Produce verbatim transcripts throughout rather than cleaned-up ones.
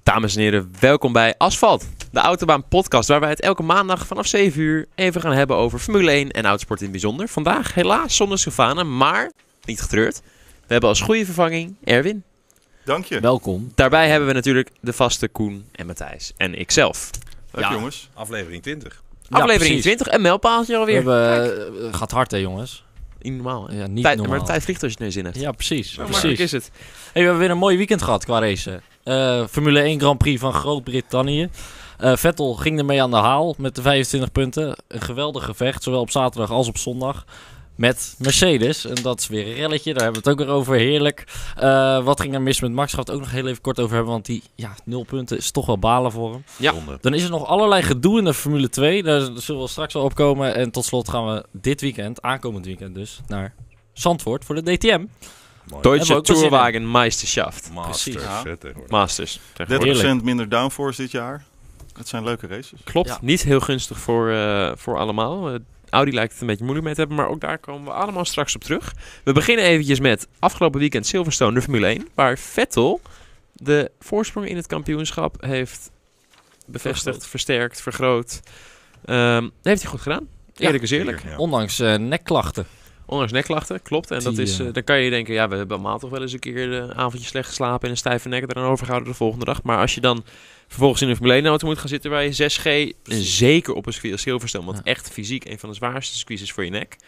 Dames en heren, welkom bij Asfalt, de Autobaan podcast, waar wij het elke maandag vanaf zeven uur even gaan hebben over Formule één en autosport in het bijzonder. Vandaag helaas zonder Sylvana, maar niet getreurd. We hebben als goede vervanging Erwin. Dank je. Welkom. Daarbij hebben we natuurlijk de vaste Koen en Matthijs en ikzelf. Leuk Ja. jongens. Aflevering twintig. Aflevering precies. twintig, een mijlpaaltje We alweer. hebben, uh, gaat hard hè jongens. Niet normaal. hè? Ja, niet tijd, normaal. Maar de tijd vliegt als je er zin hebt. Ja, precies. Zo precies. makkelijk is het. Hey, we hebben weer een mooi weekend gehad qua racen. Uh, Formule één Grand Prix van Groot-Brittannië. Uh, Vettel ging ermee aan de haal met de vijfentwintig punten. Een geweldig gevecht, zowel op zaterdag als op zondag. Met Mercedes. En dat is weer een relletje. Daar hebben we het ook weer over. Heerlijk. Uh, wat ging er mis met Max? Gaan we het ook nog heel even kort over hebben. Want die ja, nul punten is toch wel balen voor hem. Ja. Zonde. Dan is er nog allerlei gedoe in de Formule twee. Daar zullen we straks wel opkomen. En tot slot gaan we dit weekend, aankomend weekend dus, naar Zandvoort voor de D T M. Mooi. Hebben Deutsche we ook wel zin in. Tourwagen Meisterschaft. Masters. Precies. Ja. hè, tegenwoordig. Masters. dertig tegenwoordig. procent minder downforce dit jaar. Het zijn leuke races. Klopt, Ja. niet heel gunstig voor, uh, voor allemaal. Uh, Audi lijkt het een beetje moeilijk mee te hebben, maar ook daar komen we allemaal straks op terug. We beginnen eventjes met afgelopen weekend Silverstone, de Formule één, waar Vettel de voorsprong in het kampioenschap heeft bevestigd, Vergroot. versterkt, vergroot. Um, heeft hij goed gedaan. Eerlijk is eerlijk. Ja. Ondanks uh, nekklachten. Ondanks nekklachten, klopt. En dat Die, is, uh, uh, dan kan je denken, ja, we hebben allemaal toch wel eens een keer een avondje slecht geslapen en een stijve nek eraan overgehouden de volgende dag. Maar als je dan vervolgens in een Formule één auto moet gaan zitten waar je zes G, en zeker op een circuit Silverstone, want Ja. echt fysiek een van de zwaarste circuits is voor je nek,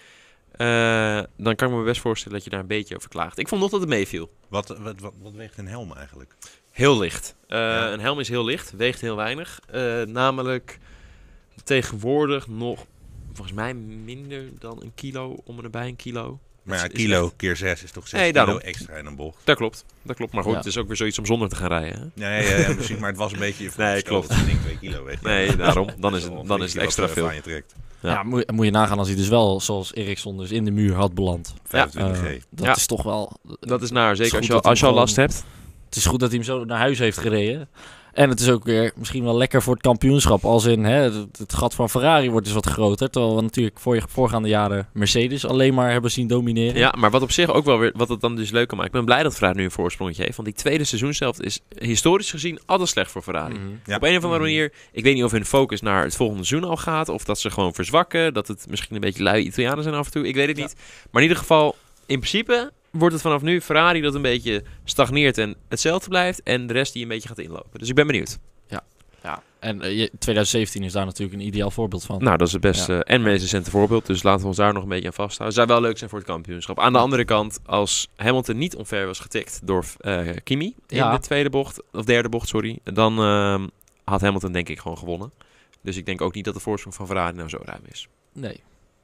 uh, dan kan ik me best voorstellen dat je daar een beetje over klaagt. Ik vond nog dat het meeviel. Wat, wat, wat, wat weegt een helm eigenlijk? Heel licht. Uh, Ja. Een helm is heel licht, weegt heel weinig. Uh, namelijk tegenwoordig nog, volgens mij minder dan een kilo, om en nabij een kilo. Maar ja, Het is kilo echt- keer zes is toch zes Nee, kilo daarom. extra in een bocht. Dat klopt, dat klopt. Maar goed, Ja. het is ook weer zoiets om zonder te gaan rijden. Hè? Nee, ja, ja, misschien, maar het was een beetje je Nee, voorstel klopt. dat het ding twee kilo weegt. Nee, daarom. Dan is het, wel een dan is het beetje extra wat, eh, veel. van je trekt. Ja. Ja, moet, moet je nagaan als hij dus wel, zoals Ericsson, dus in de muur had beland. vijfentwintig G. Uh, dat Ja. is toch wel... Dat is naar, Het is zeker als goed je, dat als je al hij last hebt. Het is goed dat hij hem zo naar huis heeft gereden. En het is ook weer misschien wel lekker voor het kampioenschap. Als in, hè, het, het gat van Ferrari wordt dus wat groter. Terwijl we natuurlijk voor, voorgaande jaren Mercedes alleen maar hebben zien domineren. Ja, maar wat op zich ook wel weer, wat het dan dus leuker maakt. Ik ben blij dat Ferrari nu een voorsprongetje heeft. Want die tweede seizoenshelft is historisch gezien altijd slecht voor Ferrari. Mhm. Ja. Op een of andere Mhm. manier, ik weet niet of hun focus naar het volgende seizoen al gaat. Of dat ze gewoon verzwakken. Dat het misschien een beetje lui Italianen zijn af en toe. Ik weet het Ja. niet. Maar in ieder geval, in principe wordt het vanaf nu Ferrari dat een beetje stagneert en hetzelfde blijft. En de rest die een beetje gaat inlopen. Dus ik ben benieuwd. Ja. En uh, je- twintig zeventien is daar natuurlijk een ideaal voorbeeld van. Nou, dat is het beste Ja. en meest recente voorbeeld. Dus laten we ons daar nog een beetje aan vasthouden. Zou wel leuk zijn voor het kampioenschap. Aan de andere kant, als Hamilton niet onver was getikt door uh, Kimi in Ja. de tweede bocht, of derde bocht, sorry, dan uh, had Hamilton denk ik gewoon gewonnen. Dus ik denk ook niet dat de voorsprong van Ferrari nou zo ruim is. Nee.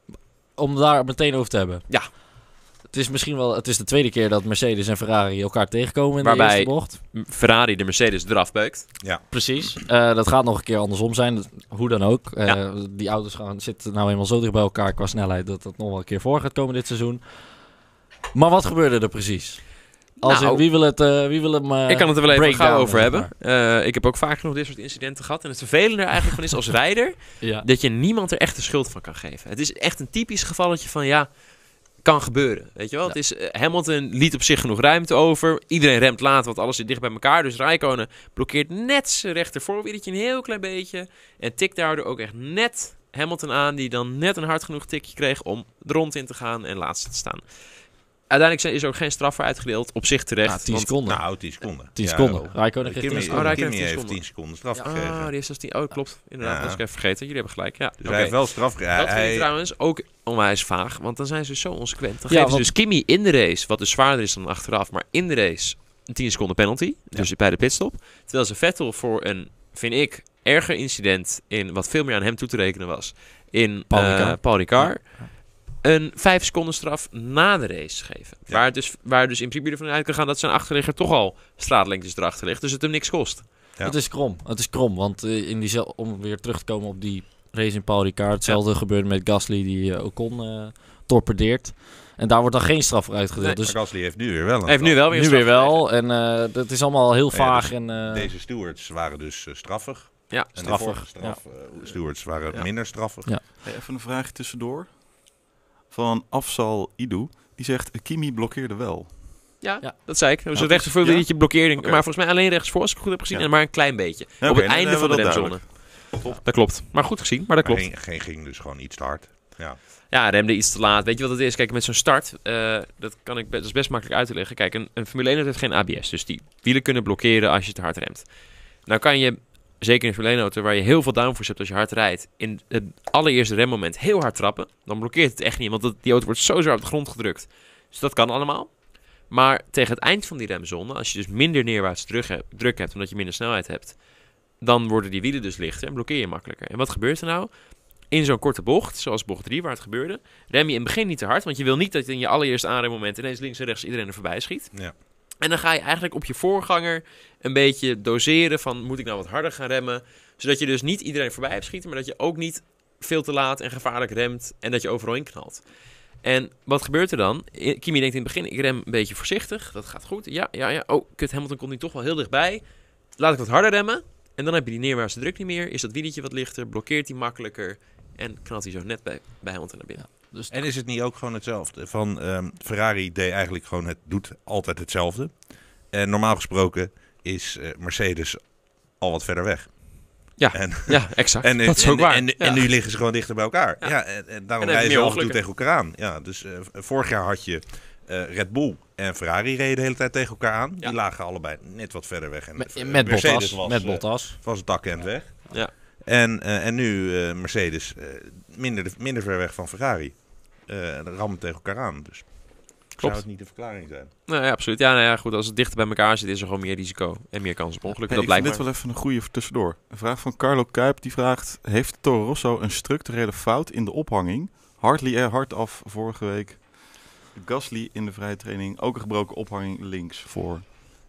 Om daar meteen over te hebben. Ja. Het is misschien wel het is de tweede keer dat Mercedes en Ferrari elkaar tegenkomen in Waarbij- de eerste bocht. Ferrari de Mercedes eraf beukt. Precies. Uh, dat gaat nog een keer andersom zijn. Dat- hoe dan ook. Uh, Ja. Die auto's gaan, zitten nou eenmaal zo dicht bij elkaar qua snelheid dat dat nog wel een keer voor gaat komen dit seizoen. Maar wat gebeurde er precies? Als Nou, in, wie wil het, uh, wie wil hem uh, ik kan het er wel even breakdown, gauw over zeg hebben. Uh, ik heb ook vaak genoeg dit soort incidenten gehad. En het vervelende er eigenlijk van is als rijder Ja. dat je niemand er echt de schuld van kan geven. Het is echt een typisch gevalletje van ja, kan gebeuren. Weet je wel? Ja. Het is, uh, Hamilton liet op zich genoeg ruimte over. Iedereen remt laat, want alles zit dicht bij elkaar. Dus Räikkönen blokkeert net zijn rechtervoorwieltje een heel klein beetje. En tikt daardoor ook echt net Hamilton aan, die dan net een hard genoeg tikje kreeg om de rond in te gaan en laatste te staan. Uiteindelijk is er ook geen straf voor uitgedeeld. Op zich terecht. Ja, tien want- seconden. Nou, tien seconden. tien Ja, seconden. wel. Räikkönen kreeg tien Kimi, seconden. Oh, Räikkönen Kimi heeft heeft tien tien seconden straf Ja. gekregen. Ah, die is dus die. Oh, klopt. Inderdaad, Ja. dat was ik even vergeten. Jullie hebben gelijk. Ja. Dus Oké. hij heeft wel straf gekregen. Dat vind ik Hij- trouwens ook onwijs vaag, want dan zijn ze zo consequent. Dan Ja, geven ze want- dus Kimi in de race, wat dus zwaarder is dan achteraf, maar in de race een tien seconden penalty, dus bij de pitstop. Terwijl ze Vettel voor een, vind ik, erger incident in wat veel meer aan hem toe te rekenen was, in Paul eh, Ricard. Paul Ricard, Ja. een vijf seconden straf na de race geven. Ja. Waar, dus, waar dus in principe ervan uit kan gaan dat zijn achterligger toch al straatlengtes erachter ligt, dus het hem niks kost. Ja. Het is krom. Het is krom, want uh, in die zel- om weer terug te komen op die race in Paul Ricard, hetzelfde gebeurde met Gasly die uh, Ocon uh, torpedeert. En daar wordt dan geen straf voor uitgedeeld. Nee, dus Maar Gasly heeft nu weer wel een Hij heeft nu straf. wel weer nu een weer straf wel. En uh, dat is allemaal heel Ja, vaag. dus en, uh, Deze stewards waren dus uh, straffig. Ja, En de straffig, vorige straf, uh, stewards waren Ja. minder straffig. Ja. Hey, even een vraagje tussendoor. Van Afsal Idu. Die zegt, Kimi blokkeerde wel. Ja, Ja. dat zei ik. Dus Ja, een rechtsvoor ja? wieltje blokkeerde. Oké. Maar volgens mij alleen rechtsvoor, als ik het goed heb gezien. Ja. En maar een klein beetje. Ja, op oké, het dan einde van de hebben we dat remzone. duidelijk. Dat klopt. Maar goed gezien, maar dat klopt. Geen, geen ging dus gewoon iets te hard. Ja. Ja, remde iets te laat. Weet je wat het is? Kijk, met zo'n start, eh, dat, kan ik, be- dat is best makkelijk uit te leggen. Kijk, een, een Formule één auto heeft geen A B S. Dus die wielen kunnen blokkeren als je te hard remt. Nou kan je, zeker in een Formule één auto, waar je heel veel downforce hebt als je hard rijdt, in het allereerste remmoment heel hard trappen. Dan blokkeert het echt niet, want dat, die auto wordt zo zwaar op de grond gedrukt. Dus dat kan allemaal. Maar tegen het eind van die remzone, als je dus minder neerwaarts druk hebt, druk hebt omdat je minder snelheid hebt, dan worden die wielen dus lichter en blokkeer je makkelijker. En wat gebeurt er nou? In zo'n korte bocht, zoals bocht drie waar het gebeurde, rem je in het begin niet te hard, want je wil niet dat in je allereerste aanremmoment ineens links en rechts iedereen er voorbij schiet. Ja. En dan ga je eigenlijk op je voorganger een beetje doseren van, moet ik nou wat harder gaan remmen, zodat je dus niet iedereen voorbij hebt schieten, maar dat je ook niet veel te laat en gevaarlijk remt en dat je overal in knalt. En wat gebeurt er dan? I- Kimi denkt in het begin, ik rem een beetje voorzichtig, dat gaat goed. Ja, ja, ja. Oh, kut, Hamilton komt nu toch wel heel dichtbij. Laat ik wat harder remmen. En dan heb je die neerwaartse druk niet meer. Is dat wieltje wat lichter, blokkeert hij makkelijker en knalt hij zo net bij, bij Hamilton naar binnen. Dus En is het niet ook gewoon hetzelfde? Van ehm, Ferrari deed eigenlijk gewoon het doet altijd hetzelfde. En normaal gesproken is eh, Mercedes al wat verder weg. Ja, En, ja, exact. en, dat is en, ook waar. en, Ja. en nu liggen ze gewoon dichter bij elkaar. Ja. Ja. en, en daarom En dan heb rijden je ze meer af en toe tegen ongelukken. elkaar aan. Ja, dus eh, vorig jaar had je eh, Red Bull en Ferrari reden de hele tijd tegen elkaar aan. Ja. Die lagen allebei net wat verder weg. En, met, eh, met Mercedes Bottas. was, Met eh, Bottas. was het dak en weg. Ja. En, eh, en nu eh, Mercedes eh, minder, minder ver weg van Ferrari. Eh rammen tegen elkaar aan. Dus zou het niet de verklaring zijn? Nou ja, absoluut. Ja, nou ja, goed. Als het dichter bij elkaar zit, is er gewoon meer risico en meer kans op ongelukken. Hey, dat ik vind blijkt dit maar. wel even een goede tussendoor. Een vraag van Carlo Kuip. Die vraagt, heeft Toro Rosso een structurele fout in de ophanging? Hartley er hard af vorige week. Gasly in de vrije training. Ook een gebroken ophanging links voor.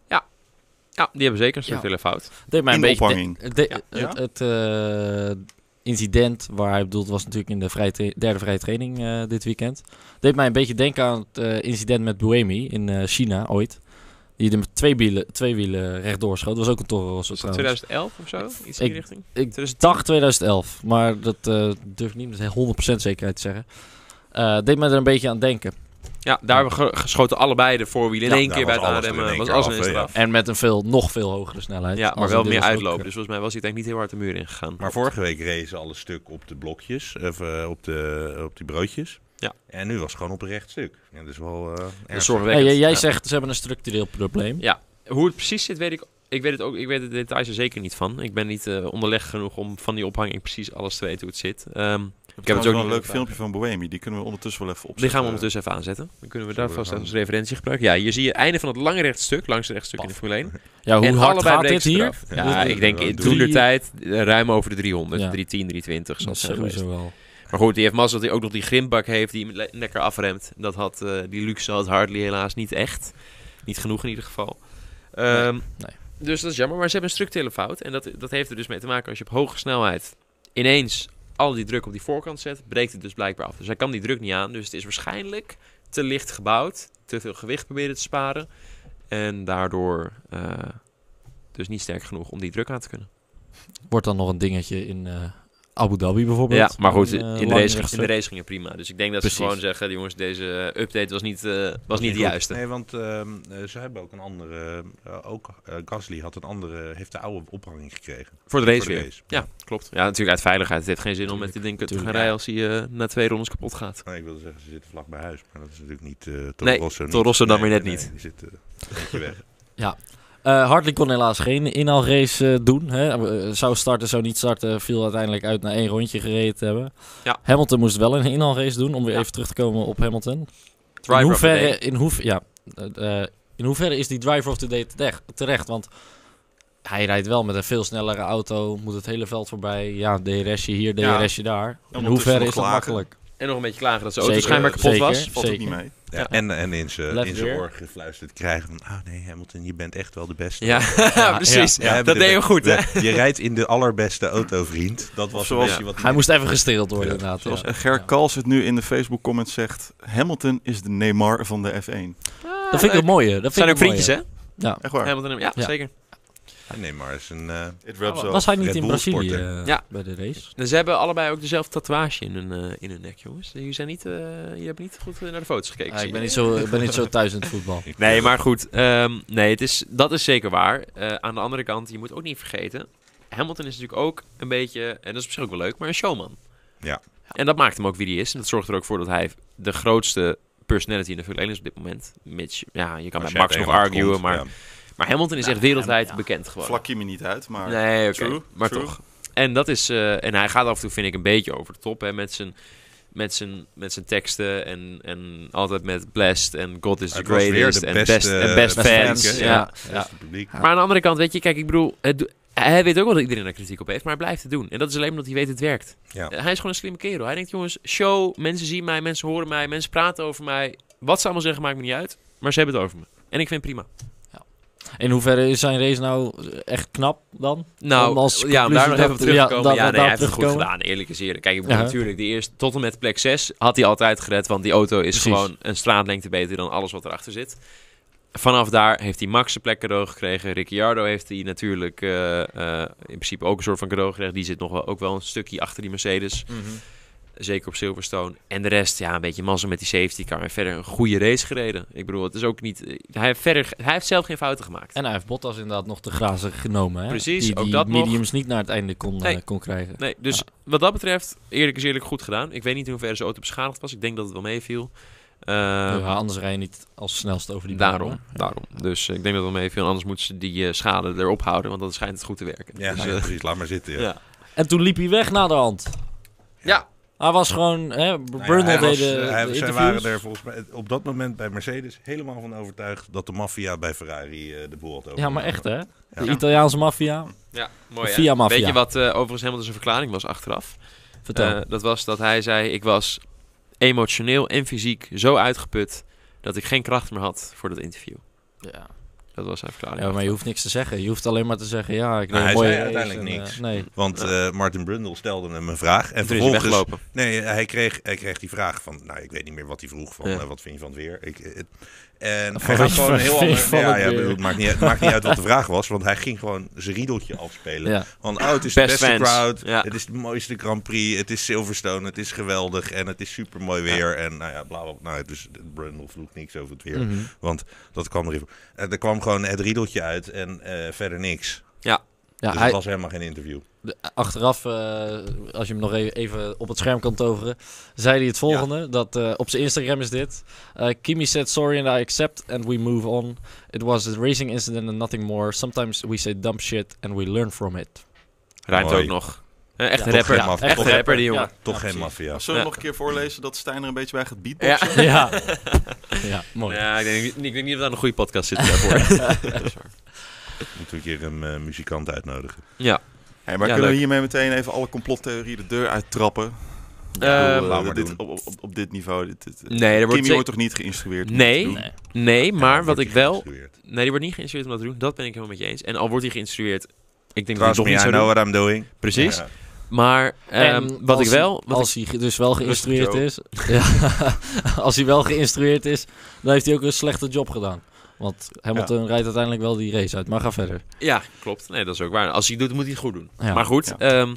Ja, die hebben zeker een structurele fout. Deed mij een In de beetje ophanging. de- de- Ja. Het, het eh, incident waar hij bedoeld was natuurlijk in de vrije tra- derde vrije training eh, dit weekend. Deed mij een beetje denken aan het eh, incident met Buemi in eh, China ooit. Die er met twee wielen, twee wielen rechtdoor schoot. Dat was ook een Toro Rosso Was dat trouwens. twintig elf of zo? Iets in die Ik- richting? Ik twintig dacht twintig elf, maar dat eh, durf ik niet met honderd procent zekerheid te zeggen. Eh deed mij er een beetje aan denken. Ja, daar hebben we ge- geschoten allebei de voorwielen in Ja, één daar keer bij was het alles er in aanremmen. één Was keer alles af, ineens hè, ja. eraf. En met een veel, nog veel hogere snelheid. Ja, maar Als wel het meer dus ook, uitlopen. eh, Dus volgens mij was hij denk ik niet heel hard de muur ingegaan. Maar vorige week reden ze al een stuk op de blokjes, of uh, op, de, op die broodjes. Ja. En nu was het gewoon op een recht stuk. Ja, dat is wel uh, Dat is ernstig. zorgwekkend. Hey, jij Ja. zegt ze hebben een structureel probleem. Ja, hoe het precies zit, weet ik. Ik weet het ook. Ik weet de details er zeker niet van. Ik ben niet uh, onderlegd genoeg om van die ophanging precies alles te weten hoe het zit. Um, Ik heb het het ook ook een niet leuk filmpje van Buemi. Die kunnen we ondertussen wel even opzetten. Die gaan we ondertussen even aanzetten. Dan kunnen we daar Zullen we vast gaan- als referentie gebruiken. Ja, hier zie je het einde van het lange rechtstuk, langs de rechtstuk in de Formule één. Ja, hoe en hard allebei gaat dit breken ze hier? eraf. Ja, Dus- ik denk in drie- toen de tijd uh, ruim over de driehonderd. Ja. driehonderdtien, driehonderdtwintig zal Dat het is zijn geweest. sowieso wel. Maar goed, die heeft mazzel dat hij ook nog die grimbak heeft die hem le- lekker afremt. Dat had, uh, die luxe had Hartley helaas niet echt. Niet genoeg in ieder geval. Um, nee. Dus dat is jammer, maar ze hebben een structurele fout. En dat, dat heeft er dus mee te maken als je op hoge snelheid ineens al die druk op die voorkant zet, breekt het dus blijkbaar af. Dus hij kan die druk niet aan. Dus het is waarschijnlijk te licht gebouwd, te veel gewicht proberen te sparen. En daardoor uh, dus niet sterk genoeg om die druk aan te kunnen. Wordt dan nog een dingetje in uh, Abu Dhabi bijvoorbeeld? Ja, maar goed, Een, uh, in, de lang race, in rechtstuk. de race ging het prima. Dus ik denk dat Precies. ze gewoon zeggen, jongens, deze update was niet, uh, was niet de goed. juiste. Nee, want uh, ze hebben ook een andere, uh, ook uh, Gasly had een andere, heeft de oude ophanging gekregen. Voor de race Voor de weer. race. Ja, klopt. Ja, natuurlijk uit veiligheid. Het heeft geen zin om met dit ding te gaan Tuurlijk, rijden ja. als hij uh, na twee rondes kapot gaat. Nee, ik wilde zeggen, ze zitten vlak bij huis, maar dat is natuurlijk niet uh, Toro Nee, Rosso. Toro Rosso dan weer net nee, niet. Nee, die zit uh, een beetje weg. Uh, Hartley kon helaas geen inhaalrace uh, doen. Hè. Uh, zou starten, zou niet starten. Viel uiteindelijk uit na één rondje gereden te hebben. Ja. Hamilton moest wel een inhaalrace doen. Om weer Ja. even terug te komen op Hamilton. In Driver of the hoeverre, day. in, hoef, ja, uh, in hoeverre is die driver of the day terecht? terecht? Want hij rijdt wel met een veel snellere auto. Moet het hele veld voorbij. Ja, D R S'je hier, D R S'je daar. In ondertussen hoeverre nog is dat klagen. makkelijk? En nog een beetje klagen dat zijn auto Zeker, schijnbaar kapot zeker. was. Valt ook Zeker. niet mee. Ja, Ja. En, en in zijn Left in zijn weer. oor gefluisterd krijgen van, ah nee Hamilton, je bent echt wel de beste. Ja, Ja, precies. We hebben Dat de deed je be- goed, hè? we- Je rijdt in de allerbeste auto, vriend. Dat was Zoals- een beetje wat Hij moest even gestreeld worden Ja, inderdaad. Zoals ja. Ger Ja. Kals het nu in de Facebook comments zegt. Hamilton is de Neymar van de F één. Dat vind ik een mooie. Dat vind Zijn ik ook een vriendjes, hè? mooie. Ja. Echt waar. Hamilton en ja, Ja. zeker. Nee, maar is een... Uh, It rubs was hij niet Red in Bull Brazilië sporter. uh, Ja. bij de race? En ze hebben allebei ook dezelfde tatoeage in hun, uh, in hun nek, jongens. Jullie zijn niet, uh, je hebt niet goed uh, naar de foto's gekeken. Ah, zie ik, ben je. niet zo, ik ben niet zo thuis in het voetbal. Nee, maar goed. Um, nee, het is, dat is zeker waar. Uh, aan de andere kant, je moet ook niet vergeten... Hamilton is natuurlijk ook een beetje... En dat is misschien ook wel leuk, maar een showman. Ja. En dat maakt hem ook wie hij is. En dat zorgt er ook voor dat hij de grootste personality in de Formule één is op dit moment. Mitch, ja, je kan Als met Max jij nog het eenmaal arguen, komt, maar... ja. Maar Hamilton is Ja, echt wereldwijd ja. bekend geworden. Vlak je me niet uit, maar... Nee, oké. True, Maar true. toch. En dat is... Uh, en hij gaat af en toe, vind ik, een beetje over de top. Hè, met zijn... Met zijn, met zijn teksten en, en altijd met blessed en God is the Het was weer greatest de en beste, best, en best beste fans. publiek, hè? Ja. Ja, Ja. beste publiek. Maar aan de andere kant, weet je, kijk, ik bedoel, het, do- hij weet ook wel dat iedereen daar kritiek op heeft, maar hij blijft het doen. En dat is alleen omdat hij weet het werkt. Ja. Uh, hij is gewoon een slimme kerel. Hij denkt, jongens, show, mensen zien mij, mensen horen mij, mensen praten over mij. Wat ze allemaal zeggen maakt me niet uit, maar ze hebben het over me. En ik vind het prima. In hoeverre is zijn race nou echt knap dan? Nou, Om als ja, om daar nog conclusie even op dat- terug te komen. ja, Ja, da- nee, daar hij heeft het goed terugkomen. gedaan, eerlijk is eerlijk. Kijk, ik bedoel, Ja. natuurlijk, de eerste, tot en met plek zes had hij altijd gered, want die auto is Precies. gewoon een straatlengte beter dan alles wat erachter zit. Vanaf daar heeft hij Max zijn plek cadeau gekregen. Ricciardo heeft hij natuurlijk uh, uh, in principe ook een soort van cadeau gekregen. Die zit nog wel, ook wel een stukje achter die Mercedes. Mm-hmm. Zeker op Silverstone. En de rest, ja, een beetje mazzel met die safety car. En verder een goede race gereden. Ik bedoel, het is ook niet... Hij heeft, verder, hij heeft zelf geen fouten gemaakt. En hij heeft Bottas inderdaad nog te grazen genomen. Hè? Precies, die, ook die dat nog. mediums niet naar het einde kon, Nee. uh, kon krijgen. Nee, dus Ja. wat dat betreft, eerlijk is eerlijk goed gedaan. Ik weet niet in hoeverre zijn auto beschadigd was. Ik denk dat het wel meeviel. Uh, Ja, anders rij je niet als snelste over die daarom, baan, hè? daarom. Dus uh, ik denk dat het wel meeviel. Anders moeten ze die uh, schade erop houden, want dan schijnt het goed te werken. Ja, dus, ja, uh, precies. Laat maar zitten. Ja. ja. En toen liep hij weg naar de hand. Ja. Hij was gewoon... Hè, Nou ja, Brundle hij was, deed de, eh, de hij- zij interviews. waren er volgens mij op dat moment bij Mercedes helemaal van overtuigd dat de maffia bij Ferrari uh, de boel had over. Ja, maar echt hè? De Ja. Italiaanse maffia. Ja, mooi hè? Via Mafia. Weet je wat uh, overigens helemaal zijn verklaring was achteraf? Vertel. Uh, dat was dat hij zei, ik was emotioneel en fysiek zo uitgeput dat ik geen kracht meer had voor dat interview. ja. Dat was zijn verklaring. ja, maar je hoeft niks te zeggen. Je hoeft alleen maar te zeggen, ja, ik Nou, reed hij een mooie zei race uiteindelijk en, uh, niks. nee. Want uh, Martin Brundle stelde hem een vraag. En En toen is hij vervolgens... weggelopen. Nee, hij kreeg, hij kreeg die vraag van... Nou, ik weet niet meer wat hij vroeg. Van, Ja. uh, wat vind je van het weer? Ik, het, en Wat hij gaat vind je gewoon een van- heel vind je ander... van Ja, het ja, weer? bedoel, het maakt niet, het maakt niet uit wat de vraag was. Want hij ging gewoon zijn riedeltje afspelen. Ja. Van, oh, het is de Best beste fans. crowd. Ja. Het is de mooiste Grand Prix. Het is Silverstone. Het is geweldig. En het is super mooi weer. En nou ja, bla bla. Nou, dus Brundle vroeg niks over het weer. Mhm. Want dat kwam er even... Uh, er kwam gewoon het riedeltje uit en uh, verder niks. Ja. Ja, dus hij, het was helemaal geen interview. de- achteraf, uh, als je hem nog e- even op het scherm kan toveren, zei hij het volgende. Dat uh, op zijn Instagram is dit. Uh, Kimi said sorry and I accept and we move on. It was a racing incident and nothing more. Sometimes we say dumb shit and we learn from it. Rijmt Mooi. ook nog. Uh, echt Ja, een toch rapper. geen maf- Echt toch een rapper, die jongen. Ja. Toch Ja, geen precies. maffia. Zullen we Ja. nog een keer voorlezen dat Stijn er een beetje bij gaat beatboxen? Ja. Ja, ja mooi. Ja, ik denk, ik denk niet dat we aan een goede podcast zitten daarvoor. Dat is waar. Moeten we een keer een uh, muzikant uitnodigen. Ja. Hey, maar Ja, kunnen leuk. we hiermee meteen even alle complottheorieën de deur uittrappen? Ik Eh, bedoel, laat eh, maar dit, doen. op, op, op dit niveau. Dit, dit, Nee, er wordt Kimi zeker- wordt toch niet geïnstrueerd? om Nee. dit te doen? Nee. Nee, maar Ja, wat wordt ik hij wel... geïnstrueerd. Nee, die wordt niet geïnstrueerd om dat te doen. Dat ben ik helemaal met je eens. En al wordt hij geïnstrueerd... Ik denk Trust dat me, hij I het nog niet know zou what doen. I'm doing. Precies. Ja. Maar En ehm, wat ik als wel... hij- Wat als hij ge- dus wel geïnstrueerd Joe. is, ja, als hij wel geïnstrueerd is, dan heeft hij ook een slechte job gedaan. Want Hamilton rijdt uiteindelijk wel die race uit. Maar ga verder. ik, ja, klopt. Nee, dat is ook waar. Als hij het doet, moet hij het goed doen. Ja. Maar goed, Ja. ehm,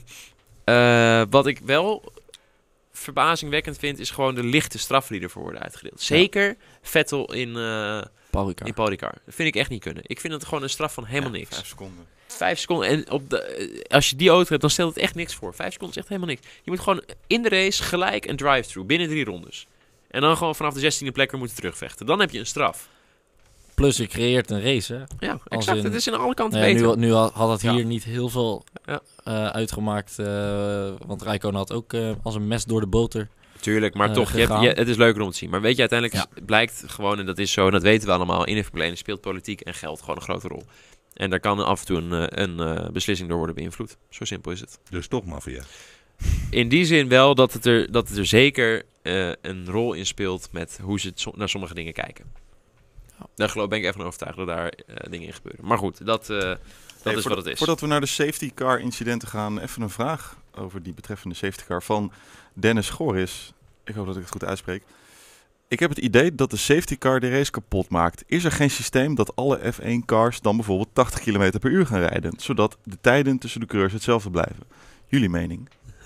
eh, wat ik wel verbazingwekkend vind... is gewoon de lichte straffen die ervoor worden uitgedeeld. Zeker Vettel in, eh Paul Ricard. in Paul Ricard. Dat vind ik echt niet kunnen. Ik vind het gewoon een straf van helemaal Ja, niks. Vijf seconden. Vijf seconden. En op de, eh, als je die auto hebt, dan stelt het echt niks voor. Vijf seconden is echt helemaal niks. Je moet gewoon in de race gelijk een drive-thru binnen drie rondes. En dan gewoon vanaf de zestiende plek weer moeten terugvechten. Dan heb je een straf. Plus je creëert een race, hè. Ja, Als exact. in- Het is in alle kanten Nou ja, beter. nu, nu had had het hier Ja. niet heel veel Ja. eh, uitgemaakt. eh, want Räikkönen had ook eh, als een mes door de boter. Tuurlijk, maar eh, toch, je hebt, gegaan. je- het is leuker om te zien. Maar weet je, uiteindelijk Ja. is- blijkt gewoon, en dat is zo, en dat weten we allemaal, in de Formule één speelt politiek en geld gewoon een grote rol. En daar kan af en toe een, eh, een eh, beslissing door worden beïnvloed. Zo simpel is het. Dus toch maffia. In die zin wel dat het er, dat het er zeker eh, een rol in speelt met hoe ze het som- naar sommige dingen kijken. Daar geloof ben ik even van overtuigd dat daar eh, dingen in gebeuren. Maar goed, dat, eh, dat Hey, is voor- wat het is. Voordat we naar de safety car incidenten gaan, even een vraag over die betreffende safety car van Dennis Goris. Ik hoop dat ik het goed uitspreek. Ik heb het idee dat de safety car de race kapot maakt. Is er geen systeem dat alle F één cars dan bijvoorbeeld tachtig kilometer per uur gaan rijden? Zodat de tijden tussen de coureurs hetzelfde blijven. Jullie mening?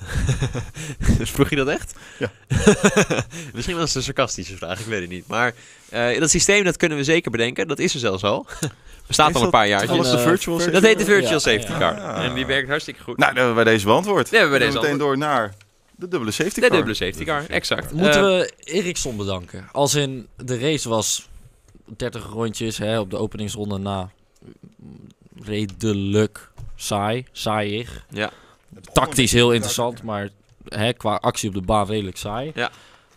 Dus vroeg je dat echt? Ja. Misschien was het een sarcastische vraag, ik weet het niet. Maar uh, dat systeem, dat kunnen we zeker bedenken. Dat is er zelfs al. Bestaat Is al een dat paar jaar. toevallig de Uh, virtual vir- safety Dat heet de car? virtual Ja, safety ja. car. Ah. En die werkt hartstikke goed. Nou, dan hebben wij deze beantwoord. Ja, we hebben Dan deze meteen antwoord. door naar de dubbele safety De car. dubbele safety car, exact. Moeten Uh, we Ericsson bedanken? Als in, de race was dertig rondjes hè, op de openingsronde na. Redelijk saai, saaiig. Ja. Tactisch heel interessant, maar hè, qua actie op de baan redelijk saai. Ja.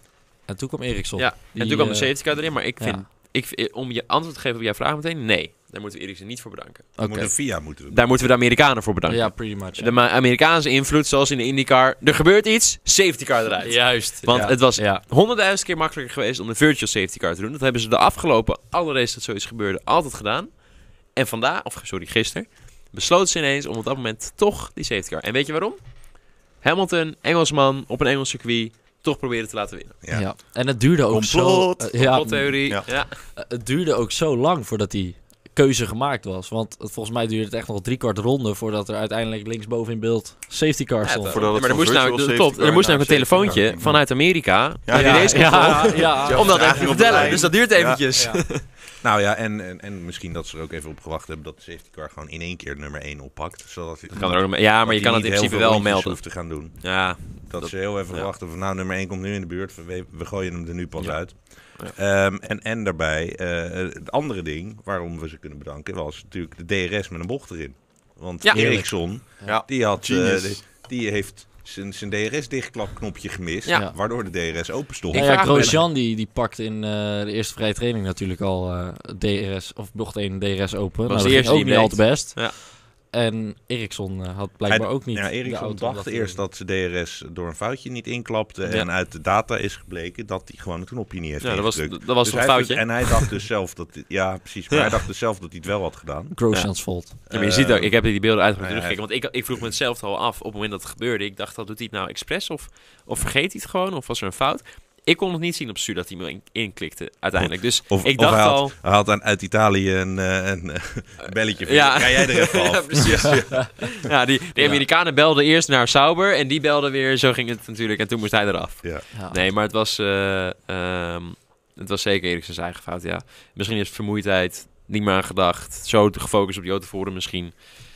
En toen kwam Ericsson. Ja, Die, en toen kwam de eh, safety car erin. Maar ik vind, ja. ik, om je antwoord te geven op jouw vraag meteen, nee. Daar moeten we Ericsson niet voor bedanken. Oké. Moet de V I A moeten we. Daar moeten we de Amerikanen voor bedanken. Ja, pretty much. De Ma- Amerikaanse invloed, zoals in de IndyCar. Er gebeurt iets, safety car eruit. Juist. Want ja. het was Ja. honderdduizend keer makkelijker geweest om de virtual safety car te doen. Dat hebben ze de afgelopen alle races dat zoiets gebeurde altijd gedaan. En vandaag, of sorry, gisteren, besloten ze ineens om op dat moment toch die safety car. En weet je waarom? Hamilton, Engelsman, op een Engels circuit, toch proberen te laten winnen. Ja. Ja. En het duurde ook Complot. zo... eh, ja, Complottheorie. Ja. Ja. eh, het duurde ook zo lang voordat die keuze gemaakt was. Want het, volgens mij duurde het echt nog drie kwart ronde voordat er uiteindelijk linksboven in beeld safety car Ja, stond. het- Voordat het maar er van moest nou, virtual dat safety klopt, car er moest naar nou een safety car telefoontje ging. vanuit Amerika Ja, naar ja, die race ja, control, ja, ja. om dat even te Vertraging op de vertellen. lijn. Dus dat duurt eventjes. Ja. Nou ja, en, en, en misschien dat ze er ook even op gewacht hebben dat de safety car gewoon in één keer nummer één oppakt. Zodat je, Kan er ook, ja, maar je kan het in principe wel melden. hoeft te gaan doen. Ja, Dat, Dat- ze heel even ja. wachten van nou, nummer één komt nu in de buurt. We, we gooien hem er nu pas Ja. uit. Ehm, en, en daarbij, eh, het andere ding waarom we ze kunnen bedanken, was natuurlijk de D R S met een bocht erin. Want Ja. Ericsson, Ja. die, had, eh, Genius. die, die heeft zijn, zijn D R S-dichtklapknopje gemist, Ja. waardoor de D R S open stond. Ja, Ik ja, vraag me- Grosjean die, die pakt in eh, de eerste vrije training natuurlijk al eh, D R S, of bocht één D R S open. Was Nou, de dat eerste ging ook die niet al te bleek. best. Ja. En Ericsson eh, had blijkbaar Hij- ook niet Ja, de Ericsson auto om dacht dat te eerst doen. dat zijn D R S door een foutje niet inklapte. Ja. En uit de data is gebleken dat hij gewoon een knopje niet heeft ja dat was, ingedrukt. dat was Dus toch een hij heeft foutje. het- en hij dacht dus zelf dat... hij- Ja, precies. Maar Ja. hij dacht dus zelf dat hij het wel had gedaan. Grosjean's fault. Ja, maar je ziet ook, ik heb die beelden uitgebreid Ja, ja. teruggekeken. Want ik, ik vroeg me hetzelfde al af op het moment dat het gebeurde. Ik dacht, dat doet hij het nou expres of, of vergeet hij het gewoon? Of was er een fout? Ik kon het niet zien op stuur dat hij me in- inklikte uiteindelijk. Dus Of, ik of dacht hij, had, al... hij had aan, uit Italië een, eh, een, eh, belletje. Van, Ja. Ga jij er even Ja, af? precies. Ja, die, de Ja. Amerikanen belden eerst naar Sauber en die belden weer, zo ging het natuurlijk. En toen moest hij eraf. Ja. Ja. Nee, maar het was, eh, ehm, het was zeker Eriksson's eigen fout, ja. Misschien is het vermoeidheid, niet meer aan gedacht. Zo te gefocust op die auto voeren misschien.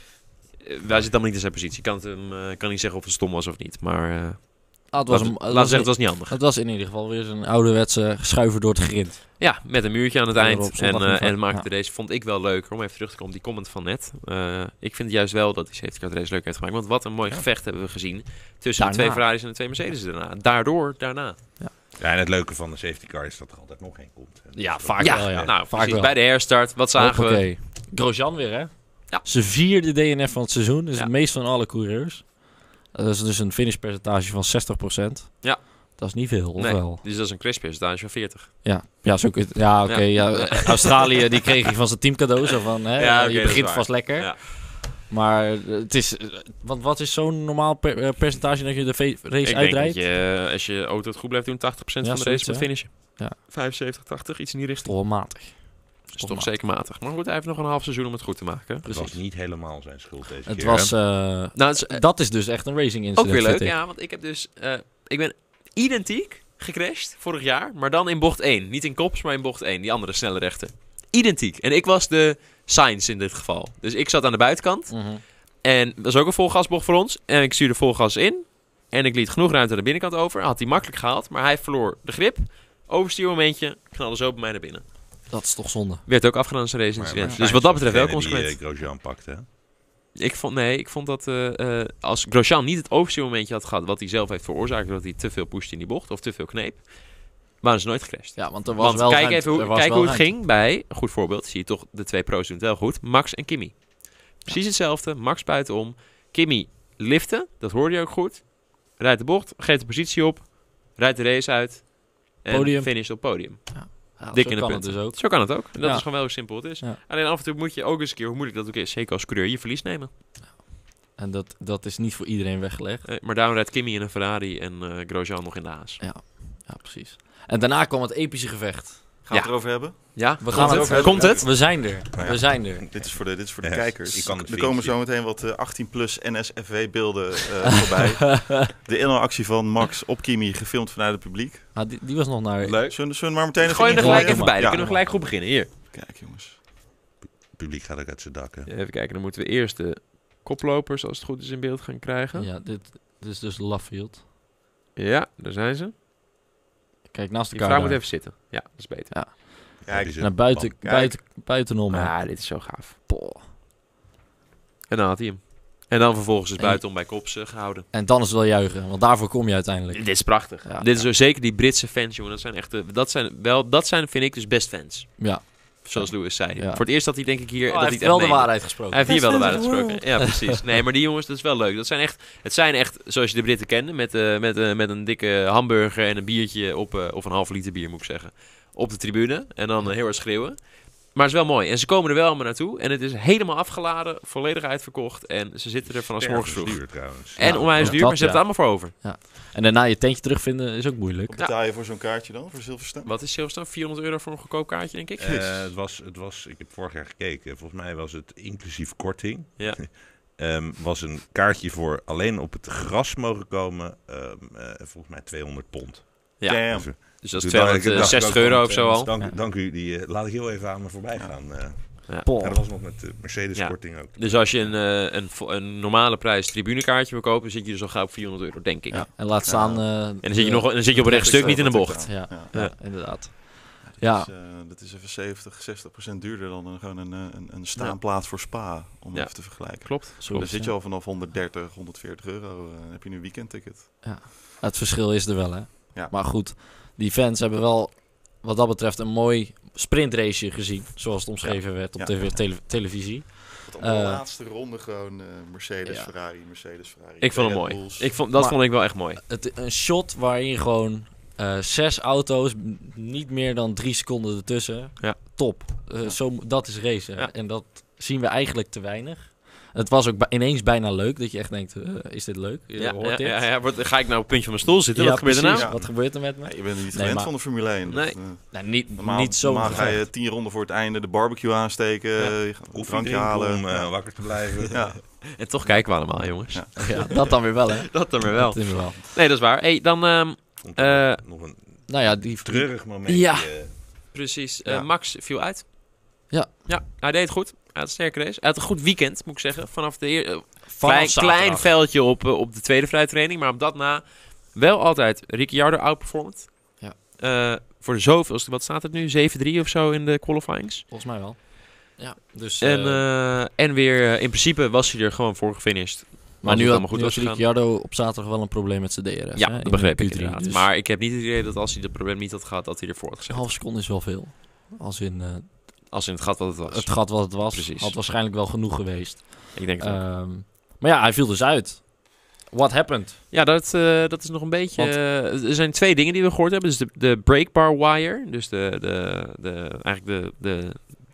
Eh, wij zitten allemaal niet in zijn positie. Ik kan, het hem, eh, kan niet zeggen of het stom was of niet. Maar eh Ah, het was laten een, we het laten we was zeggen, het was niet handig. Het was in ieder geval weer zo'n ouderwetse schuiver door het grind. Ja, met een muurtje aan het Ja, eind. op En, zondag eh, niet en het van. maakte de race, vond ik wel leuker. Om even terug te komen op die comment van net. Uh, ik vind juist wel dat die safety car de race leuk heeft gemaakt. Want wat een mooi Ja. gevecht hebben we gezien. Tussen Daarna. de twee Ferraris en de twee Mercedes daarna. Daardoor, daarna. Ja, en het leuke van de safety car is dat er altijd nog één komt. Ja, vaak Ja, wel, ja. nou, vaak precies. wel. Bij de herstart, wat zagen we? Oké. Grosjean weer, hè? Ja. Zijn vierde D N F van het seizoen. Dat is Ja. het meest van alle coureurs. Dat is dus een finishpercentage van zestig procent. Ja. Dat is niet veel, of Nee, wel? dus dat is een crashpercentage van veertig. Ja, ja, zo kun je het- ja oké. Ja. Ja. Australië, die kreeg hij van zijn team cadeau. Zo van, hè, Ja, oké, je dat is begint waar. vast lekker. Ja. Maar eh, het is... eh, Want wat is zo'n normaal per- eh, percentage dat je de ve- race Ik denk uitrijdt? dat je, eh, als je auto het goed blijft doen, tachtig procent Ja, van de race zoiets, moet finishen. Ja. vijfenzeventig, tachtig, iets in die Dat richting. is toch wel matig. Dat is toch zeker matig. Maar goed, hij heeft nog een half seizoen om het goed te maken. Het was niet helemaal zijn schuld deze Het keer. was... hè? eh, Nou, het is, eh, dat is dus echt een racing incident. ook weer leuk, vind ik. ja. Want ik heb dus... eh, ik ben identiek gecrashed vorig jaar. Maar dan in bocht één. Niet in Kops, maar in bocht één. Die andere snelle rechter. Identiek. En ik was de Sainz in dit geval. Dus ik zat aan de buitenkant. Mhm. En dat was ook een volgasbocht voor ons. En ik stuurde volgas in. En ik liet genoeg ruimte aan de binnenkant over. Had hij makkelijk gehaald. Maar hij verloor de grip. Overstuurmomentje. Knalde zo bij mij naar binnen. Dat is toch zonde. Werd ook afgedaan als een race Maar- incident. maar Dus wat dat Sainz betreft wel was degene consequent. Die eh, Grosjean pakte. hè? Ik vond, nee, ik vond dat eh, eh, als Grosjean niet het overstuurmomentje had gehad... wat hij zelf heeft veroorzaakt... dat hij te veel pushte in die bocht of te veel kneep... waren ze nooit gecrashed. Ja, want er was Want wel kijk ruimte. even hoe, Er was kijk wel hoe het ruimte. ging bij... Een goed voorbeeld, zie je toch de twee pro's doen het wel goed. Max en Kimi. Precies hetzelfde. Max buitenom. Kimi liften, dat hoorde je ook goed. Rijdt de bocht, geeft de positie op. Rijdt de race uit. En Podium. finisht op podium. Ja, Dik zo in de kan punten. het dus ook. Zo kan het ook. En dat Ja. is gewoon wel hoe simpel het is. Ja. Alleen af en toe moet je ook eens een keer, hoe moeilijk dat ook is, zeker als coureur, je verlies nemen. En dat, dat is niet voor iedereen weggelegd. Eh, maar daarom rijdt Kimi in een Ferrari en eh Grosjean nog in de Haas. Ja, Ja, precies. En daarna kwam het epische gevecht. Gaan we Ja. het erover hebben? Ja, We komt gaan het? het over Komt het? We zijn er. Nou ja. We zijn er. Dit is voor de, dit is voor de Ja, kijkers. ik kan het er komen vinkje. zo meteen wat uh, achttien plus N S F W-beelden uh, voorbij. De inhaalactie van Max op Kimi, gefilmd vanuit het publiek. Ah, die, die was nog naar... Leuk. Zullen, zullen we maar meteen even Gooi je er ingooien? gelijk even bij. Dan Ja. kunnen we gelijk goed beginnen. Hier. Kijk jongens. Het publiek gaat ook uit zijn dak. Hè. Ja, even kijken. Dan moeten we eerst de koplopers, als het goed is, in beeld gaan krijgen. Ja, Ja, dit, dit is dus Laffield. daar zijn ze. Kijk, naast Die elkaar vrouw moet daar. even zitten. Ja, dat is beter. Kijk, die is- Naar buiten, Kijk. buiten, buitenom. hè. Ah, dit is zo gaaf. Poh. En dan had hij hem. En dan vervolgens is En- buitenom bij Kops eh, gehouden. En dan is het wel juichen, want daarvoor kom je uiteindelijk. Dit is prachtig. Ja. Dit is zo zeker die Britse fans, jongen. Dat zijn echt, de- dat zijn wel, dat zijn vind ik dus best fans. Ja. Zoals Lewis zei. Ja. Voor het eerst dat hij denk ik hier, Oh, dat hij hij heeft het wel echt de meende. waarheid gesproken. Hij heeft hier wel de Best waarheid fans, gesproken. Ja, precies. Nee, maar die jongens, dat is wel leuk. Dat zijn echt, het zijn echt, zoals je de Britten kende, met, eh, met, eh, met een dikke hamburger en een biertje op, eh, of een halve liter bier moet ik zeggen, op de tribune. En dan eh, heel erg schreeuwen. Maar het is wel mooi. En ze komen er wel allemaal naartoe. En het is helemaal afgeladen, volledig uitverkocht. En ze zitten er vanaf 's morgens vroeg. Duur, trouwens. En Ja, onwijs ja, duur, dat, maar ze hebben ja. het allemaal voor over. En daarna je tentje terugvinden is ook moeilijk. Wat betaal je voor zo'n kaartje dan, voor Silverstone? Wat is Silverstone? vierhonderd euro voor een goedkoop kaartje, denk ik? Eh, het, was, het was, ik heb vorig jaar gekeken, volgens mij was het inclusief korting. Ja. Ehm, was een kaartje voor alleen op het gras mogen komen, ehm, eh, volgens mij tweehonderd pond. Ja. Damn. Dus, Dus dat is toen dacht ik- dacht ik tweehonderdzestig ook euro van, of zo eh, al. Dank, Ja. dank u, die eh, laat ik heel even aan me voorbij gaan. eh. Poh. Ja, dat was nog met de Mercedes-korting ook. Dus als je een, eh, een, vo- een normale prijs tribunekaartje wil kopen, zit je dus al gauw op vierhonderd euro, denk ik. Ja. En laat staan... eh, En dan zit je, nog, dan zit je op een rechtstuk, niet in een bocht. Ja, Ja. ja, Ja. inderdaad. Dat, Ja. is, uh, dat is even zeventig, zestig procent duurder dan een, gewoon een, eh, een, een staanplaats voor Spa, om Ja. even te vergelijken. Klopt. Zo Dan is zit het. je al vanaf honderddertig, honderdveertig euro. Uh, dan heb je nu een weekendticket. Het verschil is er wel, hè. Ja. Maar goed, die fans hebben wel wat dat betreft een mooi sprintraceje gezien. Zoals het omschreven werd op Ja. tv tele- televisie. Want op de Eh, laatste ronde gewoon uh, Mercedes, ja. Ferrari, Mercedes, Ferrari. Ik vond Red hem mooi. Bulls. Ik vond, dat Maar- vond ik wel echt mooi. Het, een shot waarin gewoon eh, zes auto's, m- niet meer dan drie seconden ertussen. Ja. Top. Eh, Ja. Zo, dat is racen. Ja. En dat zien we eigenlijk te weinig. Het was ook bij- ineens bijna leuk, dat je echt denkt, eh, is dit leuk? Je Ja, hoort ja, dit? ja, ja, wordt- ga ik nou op het puntje van mijn stoel zitten? Ja, Wat gebeurt er nou? precies. nou? Wat gebeurt er met me? Ja, je bent niet Nee, gewend maar- van de Formule één. Nee. Dat, uh, Nou, niet, normaal niet zo normaal ga je tien ronden voor het einde de barbecue aansteken, Ja. je gaat een Koffie drankje drinken halen. om eh, Ja. wakker te blijven. Ja. En toch kijken we allemaal, jongens. Ja. Ja, dat dan weer wel, hè? Dat dan weer wel. Dat dan weer wel. Nee, dat is waar. Hey, dan, ehm, Vond ik Eh, nog een Nou ja, die... treurig momentje. Ja. eh, precies. eh, Ja. Max viel uit. Ja. Ja, hij deed het goed. Hij had een sterke race. Hij had een goed weekend, moet ik zeggen. Vanaf de eer, eh, Vanaf klein, zaterdag. klein veldje op, eh, op de tweede vrije training. Maar op dat na wel altijd Ricciardo outperformed. Ja. Eh, voor de zoveelste, wat staat het nu? zeven drie of zo in de qualifyings. Volgens mij wel. Ja, dus... En, eh, eh, en weer, eh, in principe was hij er gewoon voor gefinished. maar nu het had, allemaal goed nu was had gegaan. Ricciardo op zaterdag wel een probleem met zijn D R S. Ja, hè, dat in begreep de ik Q drie, inderdaad. dus Maar ik heb niet het idee dat als hij dat probleem niet had gehad, dat hij ervoor had een gezet. half seconde is wel veel. Als in eh, Als in het gat wat het was. het gat wat het was, Precies. had waarschijnlijk wel genoeg geweest. Ik denk het ook. Ehm, maar ja, hij viel dus uit. What happened? Ja, dat, eh, dat is nog een beetje... Want- eh, er zijn twee dingen die we gehoord hebben. Dus de, de breakbar wire. Dus de, de, de, eigenlijk de, de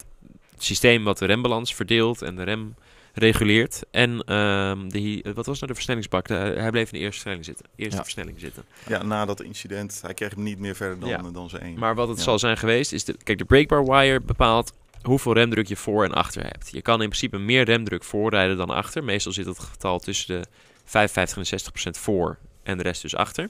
het systeem wat de rembalans verdeelt en de rem reguleert. En ehm, die, wat was nou de versnellingsbak? De- hij bleef in de eerste versnelling zitten. Eerste Ja. versnelling zitten. Ja, na dat incident, hij kreeg hem niet meer verder dan, Ja. eh, dan zijn één. Maar wat het Ja. zal zijn geweest is... De, kijk, de breakbar wire bepaalt hoeveel remdruk je voor en achter hebt. Je kan in principe meer remdruk voorrijden dan achter. Meestal zit het getal tussen de vijfenvijftig en zestig procent voor en de rest dus achter.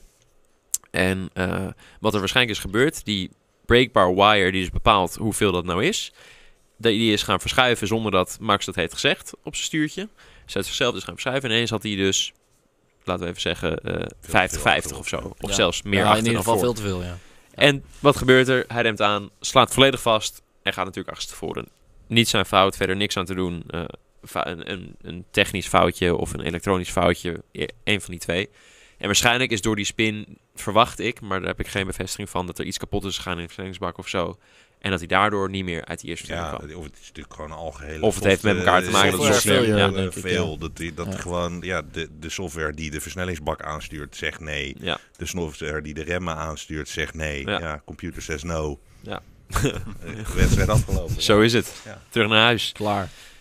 En eh, wat er waarschijnlijk is gebeurd, die breakbar wire die dus bepaalt hoeveel dat nou is, die die is gaan verschuiven zonder dat Max dat heeft gezegd op zijn stuurtje. Ze heeft zichzelf dus gaan verschuiven en ineens had hij dus, laten we even zeggen, eh vijftig vijftig of zo. Of Ja. zelfs meer Ja, achter in ieder dan geval voor. veel te veel, ja. En wat gebeurt er? Hij remt aan, slaat volledig vast en gaat natuurlijk achterstevoren. Niet zijn fout, verder niks aan te doen. Eh, fa- een, een, een technisch foutje of een elektronisch foutje, e- één van die twee. En waarschijnlijk is door die spin, verwacht ik, maar daar heb ik geen bevestiging van, dat er iets kapot is gegaan in de versnellingsbak of zo. En dat hij daardoor niet meer uit die eerste versnelling Ja, kwam. of het is natuurlijk gewoon een algehele... Of het heeft met elkaar te maken dat het software, software ja, failure, denk ik, veel. ja. Dat, die, dat Ja. gewoon, ja, de, de software die de versnellingsbak aanstuurt zegt nee. Ja, De software die de remmen aanstuurt zegt nee. Ja. Ja, computer says no. Ja. Eh, wedstrijd afgelopen. zo is het. Ja. Terug naar huis. Klaar.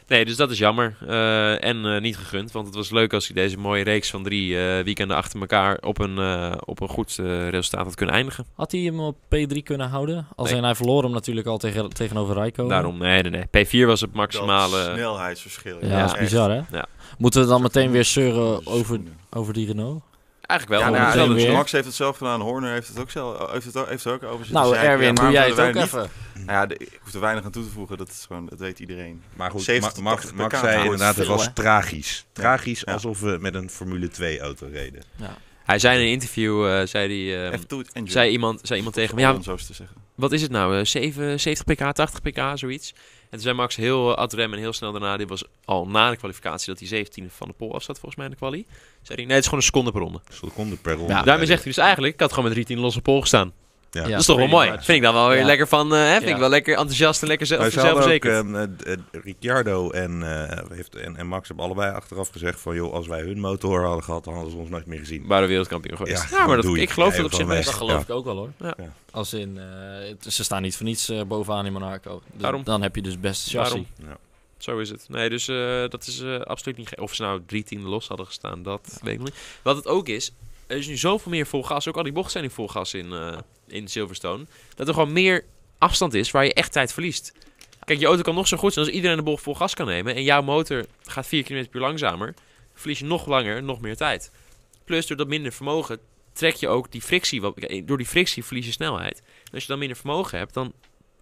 Nee, dus dat is jammer. Uh, en uh, niet gegund. Want het was leuk als hij deze mooie reeks van drie uh, weekenden achter elkaar op een, uh, op een goed uh, resultaat had kunnen eindigen. Had hij hem op P drie kunnen houden? Als Nee. hij verloor hem natuurlijk al tegen, tegenover Rijkonen. Daarom, nee, nee, nee. P vier was het maximale. Dat snelheidsverschil. Ja, Ja, dat is echt. bizar, hè? Ja. Moeten we dan Dat is meteen echt weer een- zeuren over, schoenen. over die Renault? Eigenlijk wel. Ja, gewoon nou, meteen hetzelfde weer. weer. Max heeft het zelf gedaan. Horner heeft het ook zelf, heeft het ook, heeft het ook over zitten Nou, zeiken. Erwin, Ja, doe waarom jij het ook zouden wij even? niet- Nou ja, de- ik hoef er weinig aan toe te voegen. Dat, is gewoon, dat weet iedereen. Maar goed, zeventig, Ma- Max, tachtig Max pk. zei Nou, inderdaad, het veel, was hè? tragisch. Tragisch Ja. alsof we met een Formule twee auto reden. Ja. Hij zei in een interview, uh, zei, hij, uh, F two engine. zei iemand, zei iemand tegen me, Om ja, het zo te zeggen. wat is het nou? Uh, zeven, zeventig pk, tachtig pk, zoiets. En toen zei Max heel uh, ad rem en heel snel daarna, dit was al na de kwalificatie, dat hij zeventiende van de pole afzat volgens mij in de quali. Zei hij, nee, het is gewoon een seconde per ronde. Seconde per ronde. Ja, Daarmee zegt hij dus eigenlijk, ik had gewoon met drie tienden losse pole gestaan. Ja. Ja. Dat is toch wel pretty mooi. much. Vind ik dan wel weer Ja. lekker van, uh, hè, vind Ja. ik wel lekker enthousiast en lekker zelf, Maar ze hadden ook, zelfverzekerd. eh, eh, Ricciardo en, eh, heeft, en, en Max hebben allebei achteraf gezegd van, joh, als wij hun motor hadden gehad, dan hadden ze ons nooit meer gezien. Waren wereldkampioen geweest. Ja, Ja, maar dat, doei. ik geloof Ja, dat op zich van best. weg. Dat geloof Ja. ik ook wel, hoor. Ja. Ja. Als in, uh, het- ze staan niet voor niets uh, bovenaan in Monaco. Dus Daarom. dan heb je dus best chassis. Daarom. Ja. Zo is het. Nee, dus uh, dat is uh, absoluut niet... Ge- of ze nou drie tienden los hadden gestaan, dat weet ik nog niet. Wat het ook is, er is nu zoveel meer vol gas. Ook al die bochten zijn nu vol gas in, uh, in Silverstone. Dat er gewoon meer afstand is waar je echt tijd verliest. Kijk, je auto kan nog zo goed zijn als iedereen de bocht vol gas kan nemen. En jouw motor gaat vier kilometer per uur langzamer. Verlies je nog langer, nog meer tijd. Plus, door dat minder vermogen trek je ook die frictie. Wat, door die frictie verlies je snelheid. En als je dan minder vermogen hebt, dan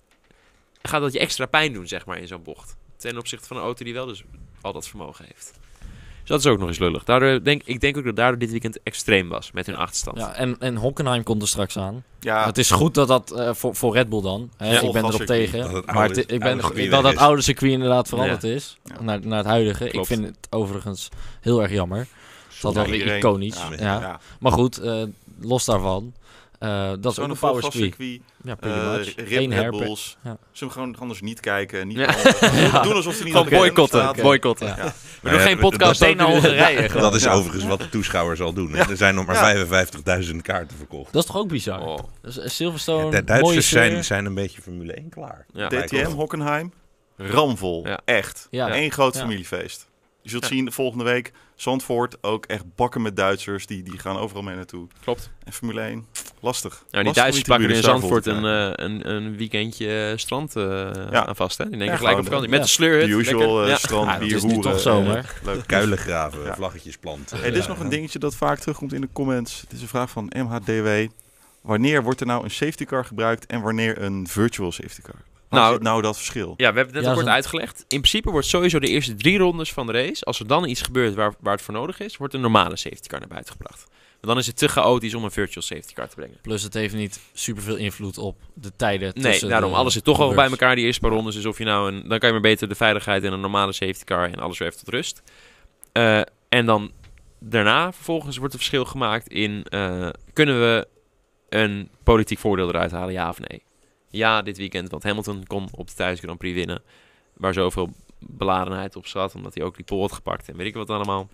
gaat dat je extra pijn doen, zeg maar, in zo'n bocht. Ten opzichte van een auto die wel dus al dat vermogen heeft. Dus dat is ook nog eens lullig. Daardoor denk, ik denk ook dat daardoor dit weekend extreem was met hun achterstand. Ja, en, en Hockenheim komt er straks aan. Ja, Het is goed dat dat uh, voor, voor Red Bull dan. Hè, Ja, ik ben erop volgascircuit. tegen. Dat het maar oude- het- ik ben, oude circuit dat weg het is. oude circuit inderdaad veranderd Ja. is. Ja. Naar, naar het huidige. Klopt. Ik vind het overigens heel erg jammer. Het is ja, wel weer iedereen- iconisch. Ja, Ja. ja. Maar goed, uh, los daarvan. Uh, dat is Zo'n ook een power circuit. volgascircuit. Ja, pretty Uh, much. Rip Geen Red herpe. Bulls. Ja. Ze hem gewoon anders niet kijken. Niet Ja. behandelen. Doen alsof er niet Gewoon op de rem boycotten. staat. boycotten. Ja. Ja. We Maar doen ja, geen dat- podcast dat- over de rijen. gewoon. Dat is Ja. overigens wat de toeschouwer zal doen. Hè. Ja. Er zijn nog maar Ja. vijfenvijftigduizend kaarten verkocht. Dat is toch ook bizar? Oh. Dus uh, Silverstone, De mooie Duitsers sfeer. zijn, zijn een beetje Formule één klaar. Ja. D T M, Hockenheim, ramvol. Ja. Echt. Ja. Eén groot Ja. familiefeest. Je zult Ja. zien volgende week Zandvoort ook echt bakken met Duitsers. Die, die gaan overal mee naartoe. Klopt. En Formule één, lastig. Nou, die Lastig Duitsers om die pakken er in tribunes daar vol Zandvoort te een, krijgen. uh, een, een weekendje uh, strand uh, Ja. aan vast. Hè? Die denken Ja, gelijk op gewoon, vakantie. ja. Met de sleur. The usual uh, Ja. strand, Ja, het bier, is nu hoeren. toch zomer. eh, leuk. Kuilen graven, Ja. vlaggetjes planten. Hey, dit is nog een dingetje dat vaak terugkomt in de comments. Het is een vraag van M H D W. Wanneer wordt er nou een safety car gebruikt en wanneer een virtual safety car? Waar Nou, zit nou dat verschil? Ja, we hebben het net Ja, al kort zo'n- uitgelegd. In principe wordt sowieso de eerste drie rondes van de race, als er dan iets gebeurt waar, waar het voor nodig is, wordt een normale safety car naar buiten gebracht. Want dan is het te chaotisch om een virtual safety car te brengen. Plus het heeft niet superveel invloed op de tijden Nee, tussen daarom. de Alles zit toch al bij coureurs. elkaar die eerste paar rondes. Dus of je nou een, dan kan je maar beter de veiligheid en een normale safety car en alles weer even tot rust. Uh, en dan daarna vervolgens wordt het verschil gemaakt in, uh, kunnen we een politiek voordeel eruit halen, ja of nee? Ja, dit weekend, want Hamilton kon op de thuis Grand Prix winnen. Waar zoveel beladenheid op zat, omdat hij ook die pole had gepakt en weet ik wat allemaal.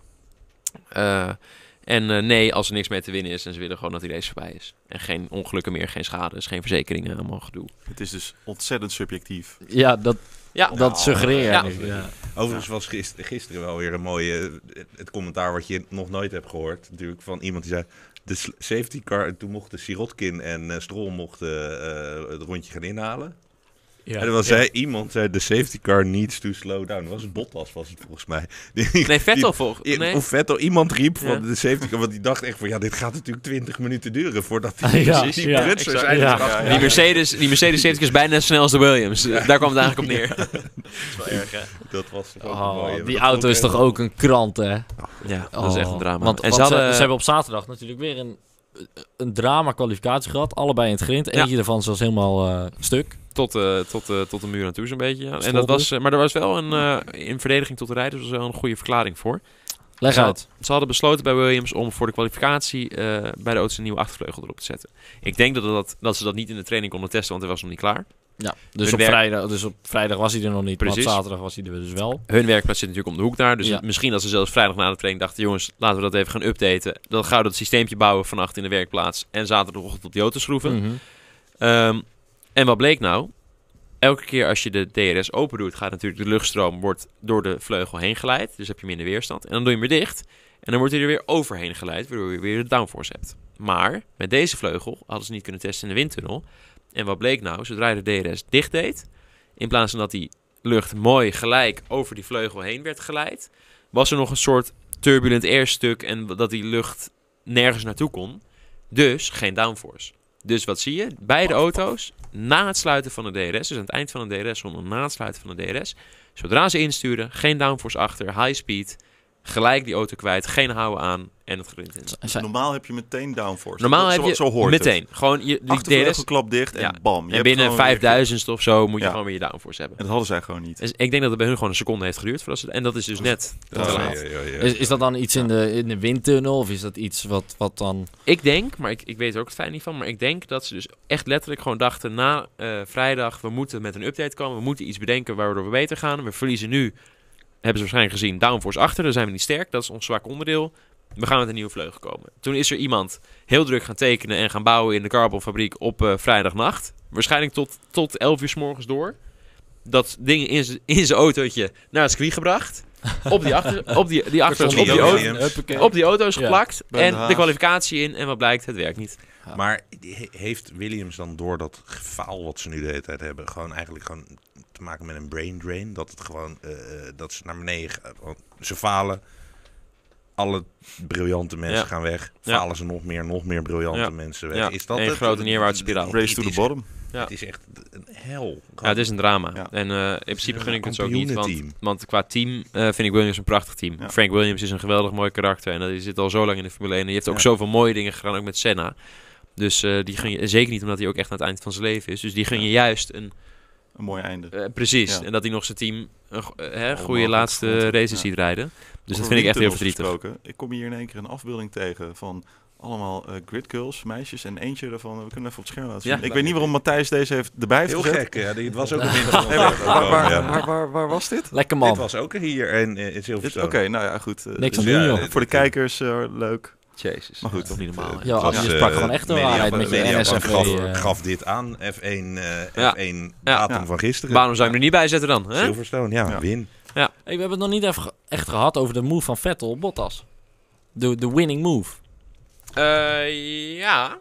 Uh, en uh, nee, als er niks mee te winnen is en ze willen gewoon dat die race voorbij is. En geen ongelukken meer, geen schades, geen verzekeringen, allemaal gedoe. Het is dus ontzettend subjectief. Ja, dat, Ja, dat suggereer je Ja. nu. Ja. Overigens was gister, gisteren wel weer een mooie... eh, Het commentaar wat je nog nooit hebt gehoord. Natuurlijk van iemand die zei... De s- safety car... en Toen mochten Sirotkin en uh, Stroll mochten uh, het rondje gaan inhalen. Ja. En dan was hij, iemand zei... De safety car needs to slow down. Dat was het Bottas, was het volgens mij. Die, Nee, Vettel die- volgens I- nee. Of Vettel, iemand riep van Ja. de safety car... Want die dacht echt van... Ja, dit gaat natuurlijk twintig minuten duren... Voordat die, Ja, die, die ja, prutser exact. zijn. Ja. Dus Ja, Die Mercedes, die Mercedes safety car is bijna net zo snel als de Williams. Daar kwam het eigenlijk op neer. Dat is wel erg, hè? Dat was toch ook Oh, mooi. die Dat auto vond is ik toch echt- ook een krant, hè? Ja, dat is echt een drama. Want, en want ze hadden... ze, ze hebben op zaterdag natuurlijk weer een, een drama kwalificatie gehad. Allebei in het grind. Ja. Eentje daarvan was helemaal uh, stuk. Tot, uh, tot, uh, tot de muur aan toe zo'n beetje. Ja. En Stol dat was, dus. uh, maar er was wel een, uh, in verdediging tot de rijders was wel een goede verklaring voor. Leg Ze, uit. had- ze hadden besloten bij Williams om voor de kwalificatie uh, bij de auto's een nieuwe achtervleugel erop te zetten. Ik denk dat, dat, dat ze dat niet in de training konden testen, want hij was nog niet klaar. Ja, dus, Hun op werk- vrijdag, dus op vrijdag was hij er nog niet. Precies. Maar op zaterdag was hij er dus wel. Hun werkplaats zit natuurlijk om de hoek daar. Dus Ja. het- misschien dat ze zelfs vrijdag na de training dachten... jongens, laten we dat even gaan updaten. Dan gaan we dat systeempje bouwen vannacht in de werkplaats. En zaterdagochtend op die auto schroeven. Mhm. Um, en wat bleek nou? elke keer als je de D R S open doet, gaat natuurlijk de luchtstroom wordt door de vleugel heen geleid. Dus heb je minder weerstand. En dan doe je hem weer dicht. En dan wordt hij er weer overheen geleid, waardoor je weer de downforce hebt. Maar met deze vleugel hadden ze niet kunnen testen in de windtunnel. En wat bleek nou? Zodra je de D R S dicht deed, in plaats van dat die lucht mooi gelijk over die vleugel heen werd geleid, was er nog een soort turbulent air stuk en dat die lucht nergens naartoe kon. Dus geen downforce. Dus wat zie je? Beide auto's, na het sluiten van de D R S, dus aan het eind van de D R S, zonder na het sluiten van de D R S, zodra ze insturen, geen downforce achter, high speed, gelijk die auto kwijt, geen houden aan en het grind in. Dus normaal heb je meteen downforce. Normaal zo, heb je zo hoort meteen. Het. Gewoon je, die Achtervleugel klap dicht en ja. bam. Je en hebt binnen gewoon vijfduizendste of zo moet je Ja. gewoon weer je downforce hebben. En dat hadden zij gewoon niet. Dus ik denk dat het bij hun gewoon een seconde heeft geduurd. Voordat ze, en dat is dus net Ja, te ja, laat. ja, ja, ja. Is, is dat dan iets in de, in de windtunnel of is dat iets wat, wat dan... Ik denk, maar ik, ik weet er ook het fijn niet van, maar ik denk dat ze dus echt letterlijk gewoon dachten na uh, vrijdag, we moeten met een update komen, we moeten iets bedenken waardoor we beter gaan. We verliezen nu, hebben ze waarschijnlijk gezien, downforce achter, dan zijn we niet sterk, dat is ons zwak onderdeel. We gaan met een nieuwe vleugel komen. Toen is er iemand heel druk gaan tekenen en gaan bouwen in de carbonfabriek op uh, vrijdagnacht. Waarschijnlijk tot, tot elf uur 's morgens door. Dat ding in zijn in zijn autootje naar het circuit gebracht. Op die, achter, op die, die achter op die, auto, Williams. op die auto's geplakt. Bij de En Haas. de kwalificatie in. En wat blijkt, het werkt niet. Ja. Maar he- heeft Williams dan door dat gefaal wat ze nu de hele tijd hebben, gewoon eigenlijk gewoon te maken met een brain drain? Dat het gewoon, uh, dat ze naar beneden gaan. Want ze falen. Alle briljante mensen Ja. gaan weg. Ja. Falen ze nog meer, nog meer briljante Ja. mensen weg. Ja. Is dat Een het? grote neerwaartse spiraal. Race to Het the is- bottom. Ja. Het is echt een hel. Ja, het is een drama. Ja. En uh, in principe een gun ik het ze ook niet. Want, kampioenenteam. want qua team uh, vind ik Williams een prachtig team. Ja. Frank Williams is een geweldig mooi karakter. En dat die zit al zo lang in de Formule één. En die heeft ook Ja. zoveel mooie dingen gedaan, ook met Senna. Dus uh, die gun je zeker niet omdat hij ook echt aan het eind van zijn leven is. Dus die gun je juist een... Een mooi einde. Uh, precies. Ja. En dat hij nog zijn team een go- uh, hè, goede mogelijk laatste goed. races Ja. ziet rijden. Dus dat Over vind ik echt heel windtunnels verdrietig. gesproken. Ik kom hier in één keer een afbeelding tegen van allemaal uh, grid girls, meisjes. En eentje daarvan, we kunnen even op het scherm laten zien. Ja. Ik weet niet waarom Matthijs deze heeft, erbij heeft Heel gezet. gek. Ja, dit was ook een minder. Hey, waar, waar, waar, Ja. waar, waar, waar was dit? Lekker Dit man. was ook hier in, in Dit- Silverstone. Oké, nou ja, goed. Uh, Niks dus aan doen, ja, joh. dit- voor de kijkers, uh, leuk. Jezus. Maar goed. Ja, toch niet normaal. hè? Ja, Het was, je eh, sprak gewoon echt de Media- waarheid met je Media N S F gaf, uh, gaf dit aan. F één, uh, Ja. F één Ja. datum Ja. van gisteren. Waarom zou je hem er niet bij zetten dan? Hè? Silverstone, ja, Ja. win. Hey, we hebben het nog niet even ge- echt gehad over de move van Vettel op Bottas. De, de winning move. Uh, ja.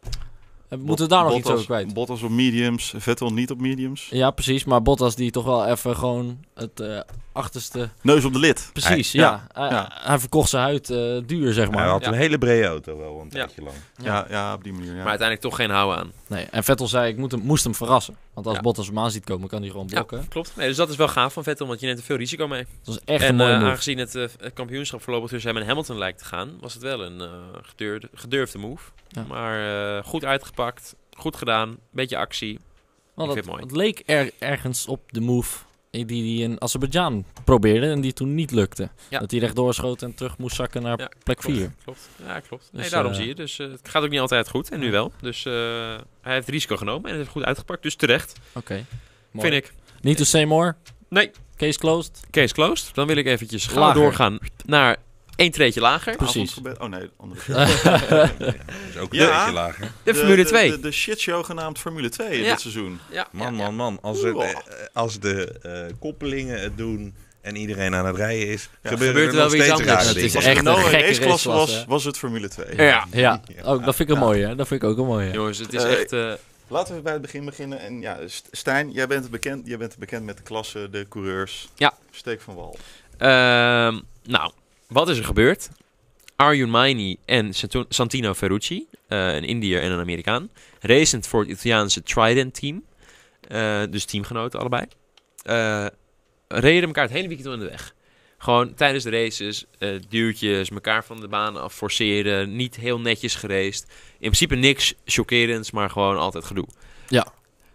Eh, Moeten we daar nog Bottas, iets over kwijt? Bottas op mediums, Vettel niet op mediums. Ja, precies. Maar Bottas die toch wel even gewoon het eh, achterste... Neus op de lid. Precies, Hij- ja. ja, Hij- ja. Hij verkocht zijn huid eh, duur, zeg Hij maar. had Ja. een hele brede auto wel een Ja. tijdje lang. Ja, ja, op die manier. Ja. Maar uiteindelijk toch geen houden aan. Nee. En Vettel zei, ik moet hem, moest hem verrassen. Want als Ja. Bottas hem aan ziet komen, kan hij gewoon blokken. Ja, klopt. Nee, dus dat is wel gaaf van Vettel, want je neemt er veel risico mee. Dat is echt en een mooie uh, move. aangezien het, uh, het kampioenschap voorlopig tussen hem en Hamilton lijkt te gaan, was het wel een uh, gedurfde, gedurfde move. Ja. Maar uh, goed uitgepakt, goed gedaan, beetje actie. Want ik het, vind het het leek er, ergens op de move die hij in Azerbeidzjan probeerde en die toen niet lukte. Ja. Dat hij rechtdoor schoot en terug moest zakken naar Ja, plek Klopt, vier. klopt. Ja, klopt. Nee, Dus, daarom uh, zie je. Dus uh, het gaat ook niet altijd goed. En nu wel. Dus uh, hij heeft risico genomen en het heeft goed uitgepakt. Dus terecht, Oké. vind ik. Niet to say more. Nee, Case closed. case closed. Dan wil ik eventjes gauw Lager. doorgaan naar één treetje lager. Precies. Avondgebed- Oh nee, andere. Dat is ook een Ja. beetje lager. De, Formule de, twee. De, de shitshow genaamd Formule twee Ja. dit seizoen. ja, Man, ja, ja. man, man. Als, Oeh. het, eh, als de uh, koppelingen het doen en iedereen aan het rijden is, Ja, gebeuren gebeurt er er wel nog weer iets steeds anders. rare Het dingen. is Als echt er nou een een gekke raceklasse was, raceklasse. was het Formule twee. Ja. Ja, ook dat vind ik een Ja. mooie. Hè? Dat vind ik ook een mooie. Jongens, het is Eh, echt... Uh, Laten we bij het begin beginnen. En ja, St- Stijn, jij bent bekend, jij bent bekend met de klasse, de coureurs. Ja. Steek van wal. Ehm, nou, wat is er gebeurd? Arjun Maini en Santo- Santino Ferrucci, uh, een Indiër en een Amerikaan, racend voor het Italiaanse Trident-team, uh, dus teamgenoten allebei, uh, reden elkaar het hele weekend onder de weg. Gewoon tijdens de races, uh, duwtjes, elkaar van de baan af forceren, niet heel netjes geraced. In principe niks chockerends, maar gewoon altijd gedoe. Ja.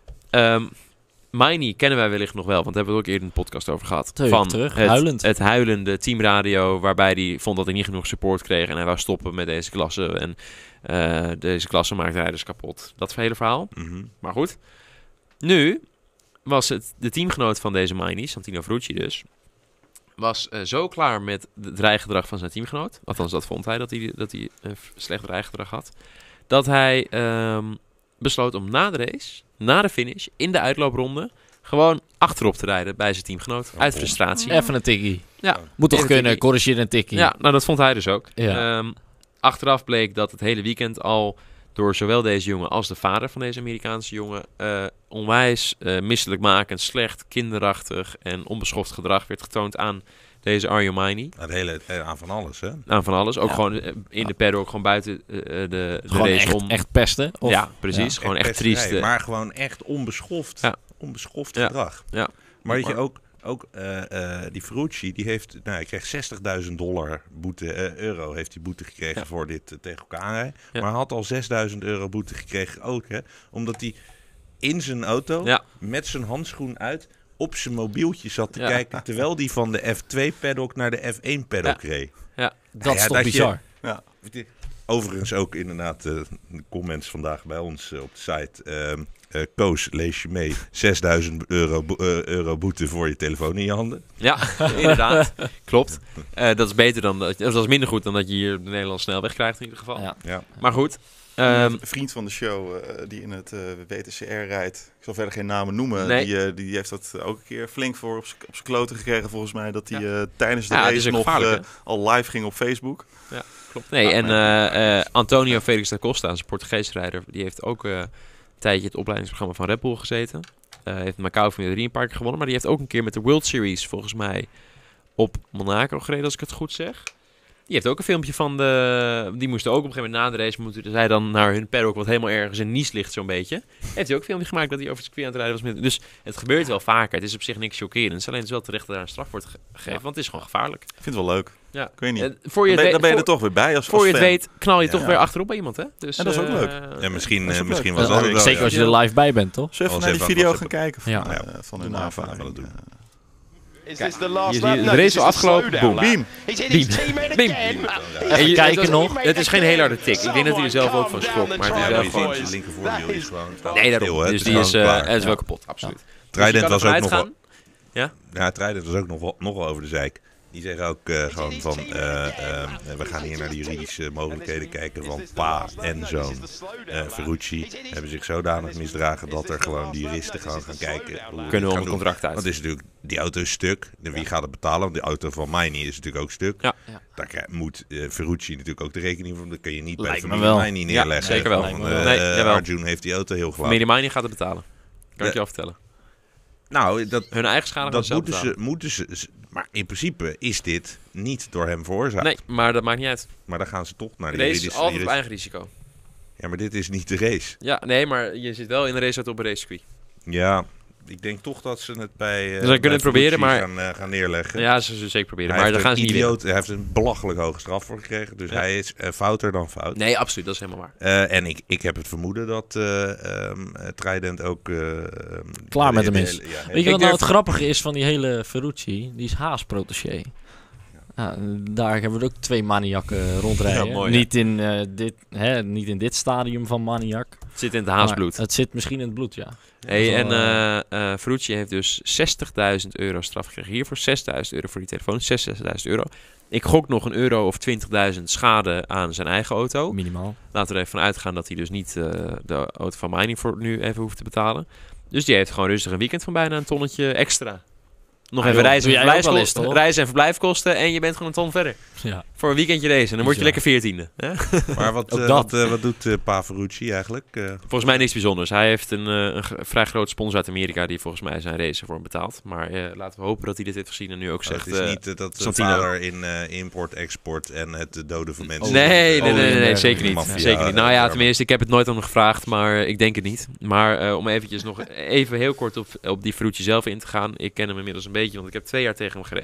Um, Maini kennen wij wellicht nog wel, want daar hebben we het ook eerder in de podcast over gehad. Twee weken van terug, het, huilend. het huilende teamradio, waarbij hij vond dat hij niet genoeg support kreeg en hij wou stoppen met deze klasse. En uh, deze klasse maakt rijders kapot. Dat hele verhaal. Mhm. Maar goed. Nu was het de teamgenoot van deze Maini, Santino Ferrucci dus, was uh, zo klaar met het rijgedrag van zijn teamgenoot. Althans, dat vond hij, dat hij, dat hij een slecht rijgedrag had. Dat hij um, besloot om na de race, na de finish, in de uitloopronde, gewoon achterop te rijden bij zijn teamgenoot. Uit frustratie. Even een tikkie. Ja, Moet toch even kunnen, tikkie. corrigeer een tikkie. Ja, nou dat vond hij dus ook. Ja. Ehm, achteraf bleek dat het hele weekend al door zowel deze jongen als de vader van deze Amerikaanse jongen uh, onwijs uh, misselijkmakend, slecht, kinderachtig en onbeschoft gedrag werd getoond aan deze Arjo Maini. Het hele, eh, aan van alles, hè? Aan van alles. Ook Ja. gewoon uh, in de paddock, gewoon buiten uh, de, de Gewoon race echt, om. echt pesten? Of? Ja, precies. Ja. Gewoon echt, pesterij, triest. uh, Maar gewoon echt onbeschoft. Ja. Onbeschoft Ja. gedrag. Ja. Maar weet je, Maar- ook, ook uh, uh, die Ferrucci, die heeft, nou, hij kreeg zestigduizend dollar boete, uh, euro heeft hij boete gekregen Ja. voor dit uh, tegen elkaar aanrijden. Ja. Maar hij had al zesduizend euro boete gekregen ook, hè. Omdat hij in zijn auto, Ja. met zijn handschoen uit, op zijn mobieltje zat te Ja. kijken, terwijl hij van de F twee paddock naar de F één paddock reed. Ja. Dat is ja, toch dat je- bizar? Ja. Overigens ook inderdaad uh, de comments vandaag bij ons uh, op de site. Uh, uh, Koos, lees je mee. zesduizend euro, bo- uh, euro boete voor je telefoon in je handen. Ja, inderdaad. Klopt. Uh, dat is beter dan dat, dat is minder goed dan dat je hier de Nederlandse snelweg krijgt in ieder geval. Ja. Ja. Maar goed. Een ehm, vriend van de show uh, die in het uh, W T C R rijdt. Ik zal verder geen namen noemen. Nee. Die, uh, die heeft dat ook een keer flink voor op zijn kloten gekregen volgens mij. Dat hij uh, tijdens de Ja, dat is race ook nog gevaarlijk, uh, al live ging op Facebook. Klopt. Nee, en uh, uh, Antonio Felix da Costa, zijn Portugees rijder, die heeft ook uh, een tijdje het opleidingsprogramma van Red Bull gezeten. Uh, heeft Macau Formule drie een paar keer gewonnen, maar die heeft ook een keer met de World Series volgens mij op Monaco gereden, als ik het goed zeg. Die heeft ook een filmpje van de... Die moesten ook op een gegeven moment na de race... moeten zij dan naar hun paddock... wat helemaal ergens in Nice ligt zo'n beetje. Heeft hij ook een filmpje gemaakt... dat hij over het circuit aan het rijden was. Met, dus het gebeurt wel vaker. Het is op zich niks chockerends. Alleen het is wel terecht dat daar een straf wordt ge- gegeven. Ja. Want het is gewoon gevaarlijk. Ik vind het wel leuk. Ja. Ik weet niet. Uh, voor je Dan ben, het dan ben je weet- er toch weer bij als, voor als je het fan. weet knal je Ja. toch Ja. weer achterop bij iemand, hè? Dus, En dat is ook uh, leuk. En misschien, Dat is uh, ook misschien leuk. was Ja, dat het wel, zeker ja. als je er live bij bent, toch? Zullen we Als even naar die even video wat- gaan kijken van, Ja. uh, Ja. van Doe hun maar, ervaring? gaan we dat doen. Uh, Is Kijk, this the last hier lap? zie je- No, de race this is is the afgelopen. slowdown Boom. lap. Beam. He's hit Beam. his teammate Beam. again. Even je- kijken het- nog. Het is geen hele harde tik. Ik denk dat hij er zelf ook van schrok. Maar het is Ja, wel maar je gewoon... ziet, je linker voorwiel is gewoon... staat Nee, stil, daarom. hè. Dus Het is die is, gewoon uh, klaar. het is wel Ja. kapot, absoluut. Trident Dus je kan was ervan ook nog wel... uitgaan- Ja? Ja, Trident was ook nog wel, nog wel over de zeik. Die zeggen ook uh, gewoon van... Uh, uh, we gaan hier naar de juridische mogelijkheden kijken van pa en zoon. Uh, Ferrucci hebben zich zodanig misdragen dat er gewoon die juristen gaan gaan kijken. hoe Kunnen dit we gaan onder doen. contract uit. Want het is natuurlijk, die auto is stuk. En wie gaat het betalen? Want die auto van Maini is natuurlijk ook stuk. Ja. Ja. Daar krijg- moet uh, Ferrucci natuurlijk ook de rekening van. Dat kun je niet bij Lijkt de me familie wel. Maini Ja, neerleggen. zeker wel. Van, Lijkt me uh, wel. Nee, jawel. Arjun heeft die auto heel gelaten. Familie Mining gaat het betalen. Kan ik De- je al vertellen. Nou, dat, Hun eigen schade gaan dat ze zelf moeten betalen. ze, moeten ze... z- Maar in principe is dit niet door hem veroorzaakt. Nee, maar dat maakt niet uit. Maar dan gaan ze toch naar de De race is juridische... altijd op juridische- eigen risico. Ja, maar dit is niet de race. Ja, nee, maar je zit wel in een race op een racecircuit. Ja, ik denk toch dat ze het bij... uh, Ze kunnen bij het proberen, Ferrucci maar- Gaan, uh, gaan neerleggen. Ja, ze zullen zeker proberen. Hij Maar dan heeft gaan ze een niet winnen. idioot, Hij heeft een belachelijk hoge straf voor gekregen. Dus Ja. hij is uh, fouter dan fout. Nee, absoluut. Dat is helemaal waar. Uh, en ik, ik heb het vermoeden dat uh, um, uh, Trident ook... uh, um, Klaar met de- hem de- is. ja, Weet je Ik wat nou durf- het grappige is van die hele Ferrucci? Die is Haas-protégé. Ja, daar hebben we ook twee maniakken rondrijden. Ja, mooi, hè? niet, in, uh, dit, hè, niet in dit stadium van maniak. Het zit in het maar haasbloed. Het zit misschien in het bloed, ja. Hey, Dat is en wel, uh, uh, Ferrucci heeft dus zestigduizend euro straf gekregen. Hiervoor zesduizend euro voor die telefoon. zesenzestigduizend euro. Ik gok nog een euro of twintigduizend schade aan zijn eigen auto. Minimaal. Laten we er even van uitgaan dat hij dus niet uh, de auto van Mining voor nu even hoeft te betalen. Dus die heeft gewoon rustig een weekend van bijna een tonnetje extra. Nog Ah, even joh, reizen doe en, jij ook wel verblijfskosten, eens, toch? reizen en verblijfkosten en je bent gewoon een ton verder. Ja. Voor een weekendje racen. Dan word je Ja. lekker veertiende. Hè? Maar wat, Ook uh, dat. wat, uh, wat doet uh, pa Ferrucci eigenlijk? Uh, Volgens mij niks bijzonders. Hij heeft een, uh, een g- vrij grote sponsor uit Amerika die volgens mij zijn race voor hem betaalt. Maar uh, laten we hopen dat hij dit heeft gezien en nu ook oh, zegt... het is uh, niet uh, dat de Santino. vader in uh, import, export en het uh, doden van mensen... Nee, nee, nee, Oh, nee, nee, nee, zeker niet. maffia, Zeker niet. uh, Nou ja, armen. tenminste, ik heb het nooit aan hem gevraagd, maar ik denk het niet. Maar uh, om eventjes nog even heel kort op, op die Ferrucci zelf in te gaan. Ik ken hem inmiddels een beetje, want ik heb twee jaar tegen hem gereisd.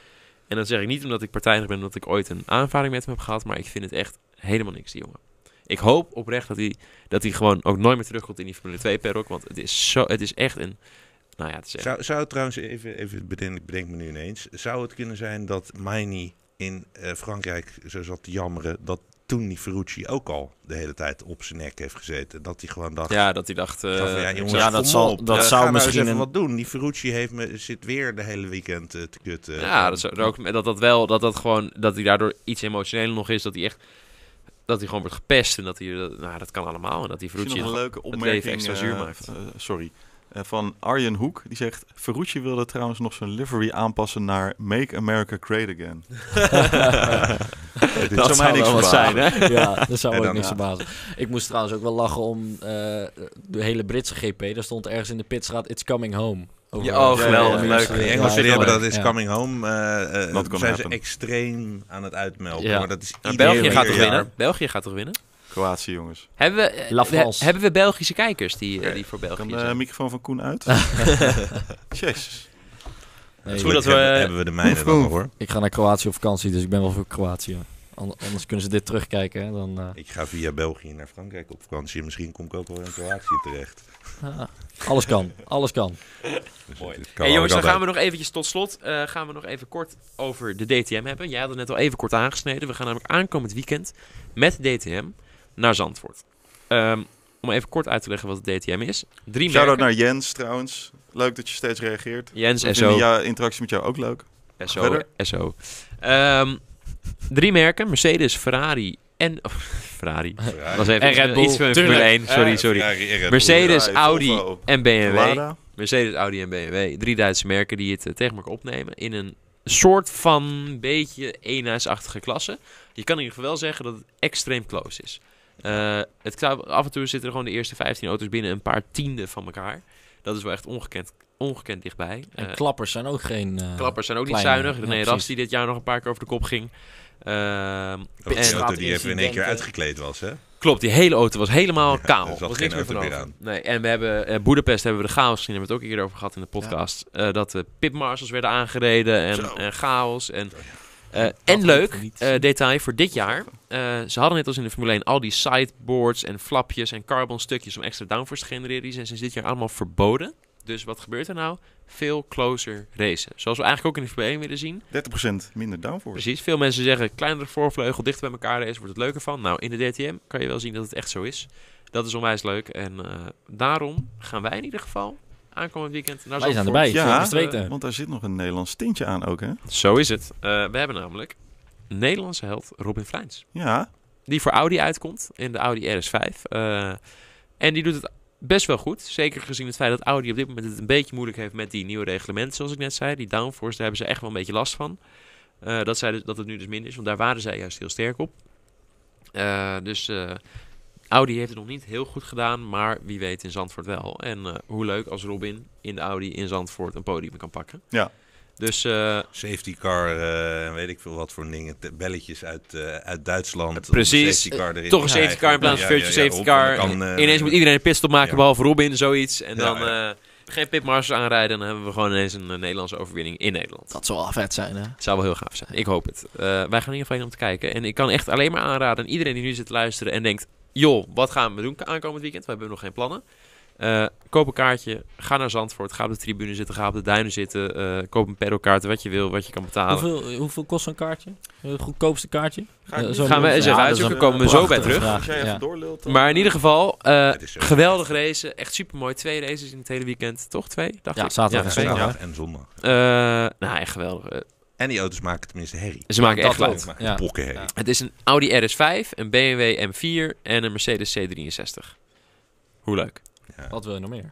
En dat zeg ik niet omdat ik partijdig ben, omdat ik ooit een aanvaring met hem heb gehad, maar ik vind het echt helemaal niks, die jongen. Ik hoop oprecht dat hij, dat hij gewoon ook nooit meer terugkomt in die Formule twee paddock, want het is, zo, het is echt een... Nou ja, het is echt... Zou, zou het trouwens, even, even bedenk, ik bedenk me nu ineens, zou het kunnen zijn dat Maini in uh, Frankrijk zo zat te jammeren dat toen die Ferrucci ook al de hele tijd op zijn nek heeft gezeten? Dat hij gewoon dacht... Ja, dat hij dacht... Uh, Van, ja, jongens, ja, dat kom zal- op. dat Uh, zou ga nou misschien eens even een- wat doen. Die Ferrucci heeft me, zit weer de hele weekend uh, te kutten. Ja, dat, zou, er ook, dat dat wel, dat dat gewoon, dat hij daardoor iets emotioneler nog is, dat hij echt, dat hij gewoon wordt gepest en dat hij, dat, nou, dat kan allemaal en dat die Misschien Ferrucci nog een het leuke leven opmerking. extra uh, zuur maakt. uh, sorry. Uh, van Arjen Hoek. Die zegt, Ferrucci wilde trouwens nog zijn livery aanpassen naar Make America Great Again. Dit Dat zou mij niks wel wat zijn, verbazen. hè? Ja, dat zou En me dan, ook niks ja. verbazen. Ik moest trouwens ook wel lachen om uh, de hele Britse G P. Daar stond ergens in de pitstraat, it's coming home. Over, Ja, oh, uh, geweldig, ja, leuk. ja, De ja, Engelsen ja, die hebben ja. dat is Ja. coming home. Uh, uh, Not gonna zijn ze happen. extreem aan het uitmelken. Ja. Maar dat is Nou, ieder België gaat toch jaar. winnen? België gaat toch winnen? Kroatië, jongens. Hebben we, eh, La we- France. hebben we Belgische kijkers die, eh, die voor België Kan de zijn? microfoon van Koen uit? Jezus. Nee, goed dat we- hebben, hebben we de mijne dan nog, hoor. ik ga naar Kroatië op vakantie, dus ik ben wel voor Kroatië. An- Anders kunnen ze dit terugkijken. Hè? Dan, uh, Ik ga via België naar Frankrijk op vakantie. En misschien kom ik ook wel in Kroatië terecht. ah, alles kan, alles kan. Dus Mooi. het kan Hey, jongens, dan altijd. gaan we nog eventjes tot slot uh, gaan we nog even kort over de D T M hebben. Jij had het net al even kort aangesneden. We gaan namelijk aankomend weekend met D T M naar Zandvoort. Um, om even kort uit te leggen wat de D T M is. Drie Shout-out merken. naar Jens trouwens. Leuk dat je steeds reageert. Jens, We S O. vinden jouw interactie met jou ook leuk. S O. Verder? S O. Um, drie merken. Mercedes, Ferrari en... Oh, Ferrari. Ja, Dat was even En Red Bull, iets van tuurlijk. Formule één. Sorry, Ja, sorry. Ferrari en Red Bull. Mercedes, Ferrari, Audi Volvo, en B M W. Lada. Mercedes, Audi en B M W. Drie Duitse merken die het uh, tegen elkaar opnemen in een soort van beetje eenheidsachtige klasse. Je kan in ieder geval wel zeggen dat het extreem close is. Uh, het, zou- af en toe zitten er gewoon de eerste vijftien auto's binnen een paar tienden van elkaar. Dat is wel echt ongekend, ongekend dichtbij. En Uh, klappers zijn ook geen... uh, klappers zijn ook niet kleine, zuinig. René ja, Rast precies. die dit jaar nog een paar keer over de kop ging. Ehm, Ook die en- auto die even in één keer incidenten. uitgekleed was, hè? Klopt, die hele auto was helemaal kaal. er Er zat was geen niks meer auto van meer over. Nee, en we hebben uh, Boedapest hebben we de chaos gezien. Hebben we het ook een keer over gehad in de podcast. Eh, dat de pitmarshals werden aangereden en, Zo. en chaos. En, uh, en leuk, uh, detail voor dit jaar. Uh, ze hadden net als in de Formule één al die sideboards en flapjes en carbon stukjes om extra downforce te genereren. Die zijn sinds dit jaar allemaal verboden. Dus wat gebeurt er nou? Veel closer racen. Zoals we eigenlijk ook in de Formule één willen zien. dertig procent minder downforce. Precies, veel mensen zeggen kleinere voorvleugel, dichter bij elkaar racen, wordt het leuker van. Nou, in de D T M kan je wel zien dat het echt zo is. Dat is onwijs leuk en uh, daarom gaan wij in ieder geval aankomend weekend naar Wij zijn Zandvoort. erbij. Ja, zeker weten. want daar zit nog een Nederlands tintje aan ook, hè? Zo is het. Uh, we hebben namelijk Nederlandse held Robin Freins. Ja, Die voor Audi uitkomt in de Audi R S vijf. Uh, en die doet het best wel goed. Zeker gezien het feit dat Audi op dit moment het een beetje moeilijk heeft met die nieuwe reglementen, zoals ik net zei. Die downforce, daar hebben ze echt wel een beetje last van. Uh, dat, zij dus, dat het nu dus minder is, want daar waren zij juist heel sterk op. Uh, dus uh, Audi heeft het nog niet heel goed gedaan, maar wie weet in Zandvoort wel. En uh, hoe leuk als Robin in de Audi in Zandvoort een podium kan pakken. Ja. Dus uh, Safety car, uh, weet ik veel wat voor dingen. Te- belletjes uit, uh, uit Duitsland. om de Precies. safety car erin toch een te safety car in plaats van Ja, virtual ja, ja, safety op, car. en dan kan, uh, Ineens moet iedereen een pitstop maken, ja. behalve Robin, zoiets. En Ja, dan ja. uh, geen pitmarshals aanrijden. En dan hebben we gewoon ineens een uh, Nederlandse overwinning in Nederland. Dat zou wel vet zijn, hè? Het zou wel heel gaaf zijn. Ik hoop het. Uh, wij gaan in ieder geval heen om te kijken. En ik kan echt alleen maar aanraden aan iedereen die nu zit te luisteren en denkt, joh, wat gaan we doen aankomend weekend? We hebben nog geen plannen. Uh, koop een kaartje, ga naar Zandvoort, ga op de tribune zitten, ga op de duinen zitten. Uh, koop een pedalkaart, wat je wil, wat je kan betalen. Hoeveel, hoeveel kost zo'n kaartje? Het goedkoopste kaartje? Ga ik Eh, niet- zo Gaan we eens ja, even dat is uitzoeken, een komen we zo bij prachtige terug. vraag, Als jij even ja. doorlult, dan... Maar in ieder geval, uh, Het is zo. geweldig racen. Echt super mooi. Twee races in het hele weekend. Toch twee? Dacht Ja, ik. zaterdag en twee. zondag. Zondag en zondag. Uh, nou, echt geweldig. Uh, En die auto's maken tenminste herrie. ze maken dat echt ook. geluid. Ze maken Ja. pokkenherrie. Ja. Het is een Audi R S vijf, een B M W M vier en een Mercedes C drieënzestig. Hoe leuk. Ja. Wat wil je nog meer?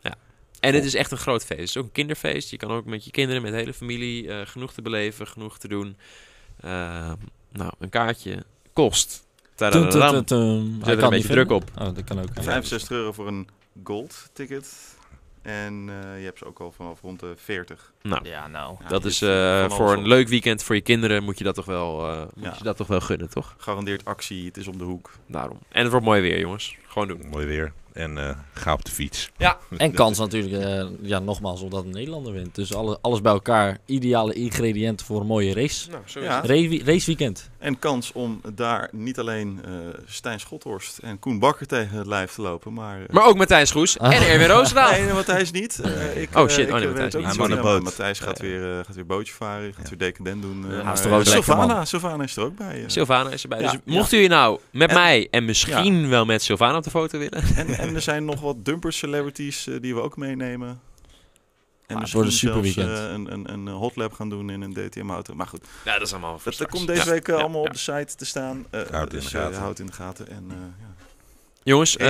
En het is echt een groot feest. Het is ook een kinderfeest. Je kan ook met je kinderen, met de hele familie, uh, genoeg te beleven, genoeg te doen. Uh, nou, een kaartje kost. Tum, tum, Tadadadam. tum, tum. Hij Zet er een kan beetje niet druk vinden. op. Oh, dat kan ook. ja. vijfenzestig euro voor een gold ticket. En uh, je hebt ze ook al vanaf rond de veertig. Nou, Ja, nou. Ja, dat je is hebt, uh, uh, van voor alles een op. leuk weekend voor je kinderen moet je dat toch wel, uh, moet Ja. je dat toch wel gunnen, toch? Garandeerd actie, het is om de hoek. Daarom. En het wordt mooi weer, jongens. Gewoon doen. Mooi weer. En uh, ga op de fiets. En kans natuurlijk, uh, ja, nogmaals, omdat een Nederlander wint. Dus alle, alles bij elkaar. Ideale ingrediënten voor een mooie race. Nou, zo Ja. Race, raceweekend. En kans om daar niet alleen uh, Stijn Schothorst en Koen Bakker tegen het lijf te lopen, maar... uh, Maar ook Matthijs Goes Ah. en Erwin Roosendaal. Nee, nee, Matthijs niet. Uh, ik, Oh, uh, shit. ik, Oh, nee, uh, Matthijs weet ook niet. niet Hij zo is goed, aan de maar boot. Matthijs gaat, Ja. weer, uh, gaat weer bootje varen, gaat Ja. weer decadent doen. Uh, Ja, maar, is toch ook uh, lekker, Sylvana, man. Sylvana is er ook bij. uh. Sylvana is erbij. Ja, Dus mochten jullie nou met En- mij en misschien wel met Sylvana op de foto willen. En, en er zijn nog wat dumper celebrities uh, die we ook meenemen. En het misschien wordt een zelfs superweekend. uh, een, een, een hotlap gaan doen in een D T M-auto. Maar goed, Ja, dat is allemaal dat, dat komt deze week uh, allemaal op de site te staan. Uh, Houd het in dus de uh, gaten. houd het in de gaten. En, uh, ja. Jongens, uh, Race.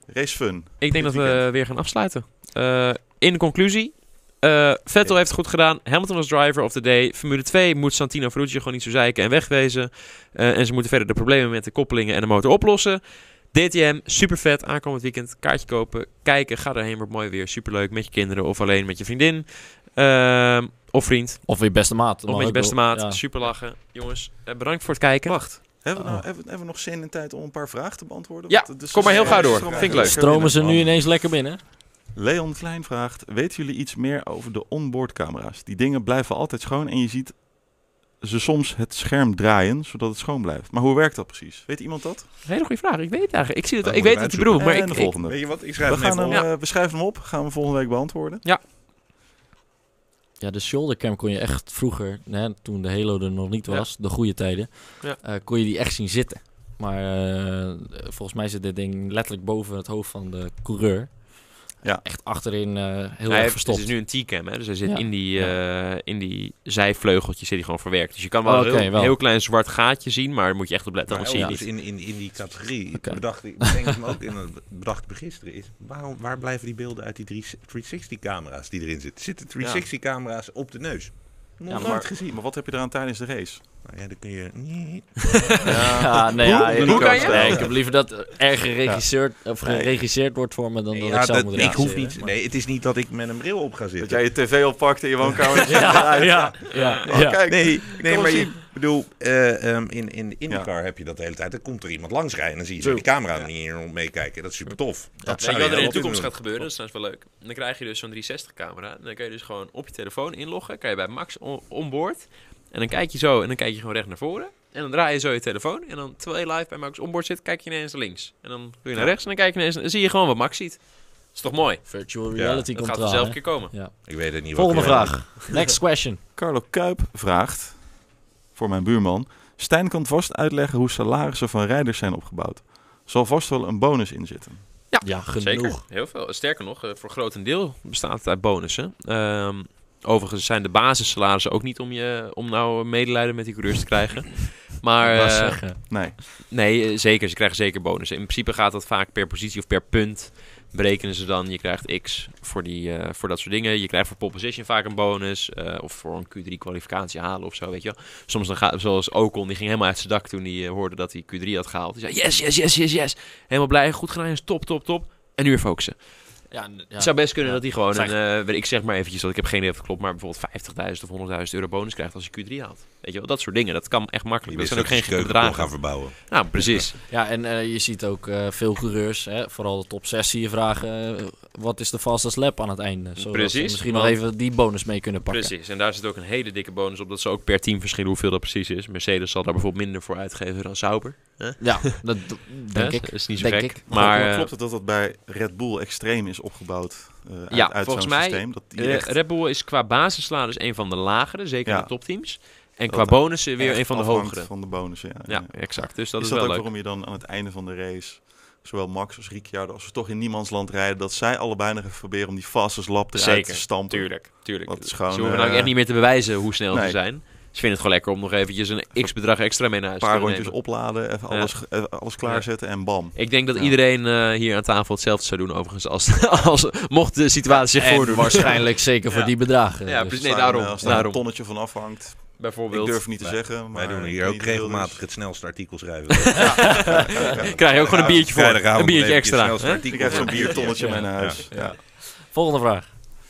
Race fun. Ik denk dat Dit we weekend. weer gaan afsluiten. Uh, in de conclusie. Uh, Vettel heeft het goed gedaan. Hamilton was driver of the day. Formule twee moet Santino Ferruccio gewoon niet zo zeiken en wegwezen. Uh, en ze moeten verder de problemen met de koppelingen en de motor oplossen. D T M, super vet. Aankomend weekend, kaartje kopen, kijken. Ga erheen, wordt mooi weer. Superleuk met je kinderen of alleen met je vriendin. Uh, of vriend. Of je beste maat. Of met je beste maat. Ja. Super lachen. Jongens, uh, bedankt voor het kijken. Wacht. Hebben we, nou, Oh. hebben, we, hebben we nog zin en tijd om een paar vragen te beantwoorden? Ja, Want, dus kom maar heel is- gauw door. stroom- Vind ik leuk. Stromen ze nu ineens lekker binnen? Leon Klein vraagt, weten jullie iets meer over de onboardcamera's? Die dingen blijven altijd schoon en je ziet ze soms het scherm draaien, zodat het schoon blijft. Maar hoe werkt dat precies? Weet iemand dat? Hele goede vraag. Ik weet het eigenlijk. Ik zie het. Dat ik moet weet je wat je bedoelt. Maar en ik, de ik, volgende. Weet je wat? Ik We, schrijf hem gaan even hem, op. eh, we schrijven hem op, gaan we volgende week beantwoorden. Ja, de shouldercam kon je echt vroeger, hè, toen de Halo er nog niet was, de goede tijden, Ja. uh, kon je die echt zien zitten. Maar uh, volgens mij zit dit ding letterlijk boven het hoofd van de coureur. Ja. Echt achterin uh, heel hij erg heeft, verstopt. het is nu een T-cam, hè? Dus hij zit Ja. in, die, uh, in die zijvleugels zit hij gewoon verwerkt. Dus je kan wel Oh, een oké, heel, wel. heel klein zwart gaatje zien, maar daar moet je echt op letten. Maar Anders zie je Elvis, niet. in, in, in die categorie, Oké. bedacht ik, bedenk ik me ook in, het- bedacht ik me gisteren, is waarom, waar blijven die beelden uit die driehonderdzestig camera's die erin zitten? Zitten driehonderdzestig camera's op de neus? Nog Ja, nooit maar, gezien. maar wat heb je eraan tijdens de race? Nou ja, dan kun je... Nee. Ja, nee, ja, Hoe- ik hoe ook. kan je? Nee, ik heb liever dat er geregisseerd, of geregisseerd wordt voor me dan dat Ja, ik zelf dat- moet ik regisseren. hoef niet... Nee, het is niet dat ik met een bril op ga Dat zitten. jij je tv oppakt in je woonkamer. Ja, ja, ja. Oh, ja. kijk, Nee, nee hem maar je, zien. ik bedoel, eh, um, in, in de IndyCar heb je dat de hele tijd. Dan komt er iemand langs rijden en dan zie je zo Zo. die camera er niet in rond meekijken. Dat is super tof. Dat Weet je zou wat er in de wel toekomst kunnen gaat gebeuren? Dat is trouwens wel leuk. Dan krijg je dus zo'n driehonderdzestig camera. En dan kan je dus gewoon op je telefoon inloggen. Kan je bij Max on- onboard. En dan kijk je zo en dan kijk je gewoon recht naar voren. En dan draai je zo je telefoon. En dan terwijl je live bij Max onboard zit, kijk je ineens naar links. En dan doe je naar rechts en dan kijk je ineens. Dan zie je gewoon wat Max ziet. Dat is toch mooi? Virtual Ja, reality Dat komt gaat eraan, vanzelf hè? een keer komen. Ja. doen. Ik weet het niet. Volgende wat je- vraag. Next question. Carlo Kuip vraagt, voor mijn buurman, Stijn kan vast uitleggen hoe salarissen van rijders zijn opgebouwd. Zal vast wel een bonus in zitten. Ja, genoeg. Zeker, heel veel. Sterker nog, eh, voor grotendeel bestaat het uit bonussen. Ehm, overigens zijn de basissalarissen ook niet om, je, om nou medelijden met die coureurs te krijgen. Maar Ik wou eh, zeggen. Nee. nee, eh, zeker. Ze krijgen zeker bonussen. In principe gaat dat vaak per positie of per punt. Berekenen ze dan, je krijgt X voor, die, eh, voor dat soort dingen. Je krijgt voor pole position vaak een bonus. eh, of voor een Q drie kwalificatie halen of zo, weet je wel. Soms dan gaat, zoals Ocon, die ging helemaal uit zijn dak toen hij eh, hoorde dat hij Q drie had gehaald. Die zei, yes, yes, yes, yes, yes. Helemaal blij, goed gedaan, is top, top, top. En nu weer focussen. Ja, n- ja. Het zou best kunnen Ja. dat hij gewoon, Zeg- een, eh, weet ik zeg maar eventjes, dat ik heb geen idee of het klopt, maar bijvoorbeeld vijftigduizend of honderdduizend euro bonus krijgt als hij Q drie haalt. Weet je wel, dat soort dingen. Dat kan echt Je makkelijk. Dat wist zijn ook dat je geen keuken kon bedragen. gaan verbouwen. Nou, precies. Ja, en eh, je ziet ook eh, veel coureurs, hè, vooral de top zes, zie je vragen, eh, wat is de fastest lap aan het einde? Zodat Precies, ze misschien want- nog even die bonus mee kunnen pakken. Precies, en daar zit ook een hele dikke bonus op dat ze ook per team verschillen hoeveel dat precies is. Mercedes zal daar bijvoorbeeld minder voor uitgeven dan Sauber. Ja, dat d- denk Hè? ik. Dat is niet zo Denk gek. ik. Maar Maar eh, klopt het dat dat bij Red Bull extreem is opgebouwd? eh, uit, ja, uit volgens zo'n mij, systeem, dat die eh, echt Red Bull is qua basissalaris een van de lagere, zeker Ja. in de topteams. En Dat qua het bonussen weer echt een van de afhangt hogere. van de bonussen. Ja, Ja, exact. Dus dat is is, dat wel ook leuk. waarom je dan aan het einde van de race, zowel Max als Ricciardo, als ze toch in niemandsland rijden, dat zij allebei nog even proberen om die fastest lap eruit Zeker, te stampen? Tuurlijk, tuurlijk. Dat is gewoon, ze hoeven eh, nou echt niet meer te bewijzen hoe snel ze nee. zijn. Ze vinden het gewoon lekker om nog eventjes een x-bedrag extra mee naar Een huis paar te rondjes nemen. opladen, even Ja. alles, even alles klaarzetten en bam. Ik denk dat Ja. iedereen eh, hier aan tafel hetzelfde zou doen, overigens, als, als mocht de situatie zich En voordoen. waarschijnlijk zeker voor Ja. die bedragen. Ja, Dus- precies. Nee, Als daar- daarom, Als daar daarom. een tonnetje van afhangt, Bijvoorbeeld. ik durf niet te Wij- zeggen. Maar Wij doen ik hier weet ook niet hoeveel regelmatig dus. het snelste artikel schrijven. Krijg je ook gewoon een biertje voor. Vrijdagavond Een biertje even extra. het snelste hè? artikel Ik heb zo'n voor. biertonnetje Ja. mee naar huis. Ja. Ja. Volgende vraag.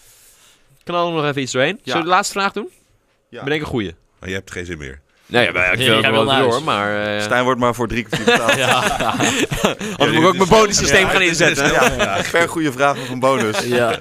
Knal er nog even iets doorheen. Zullen we de laatste vraag doen? Ja. Bedenk een goeie. Maar je hebt geen zin meer. Nee, ja, ik Ja, wil jij het wel wil naar even door, huis. maar... eh Stijn wordt maar voor drie kwartier betaald. Ja, Anders moet ik ook mijn bonussysteem gaan inzetten. Ja, per goede vraag nog een bonus. ja.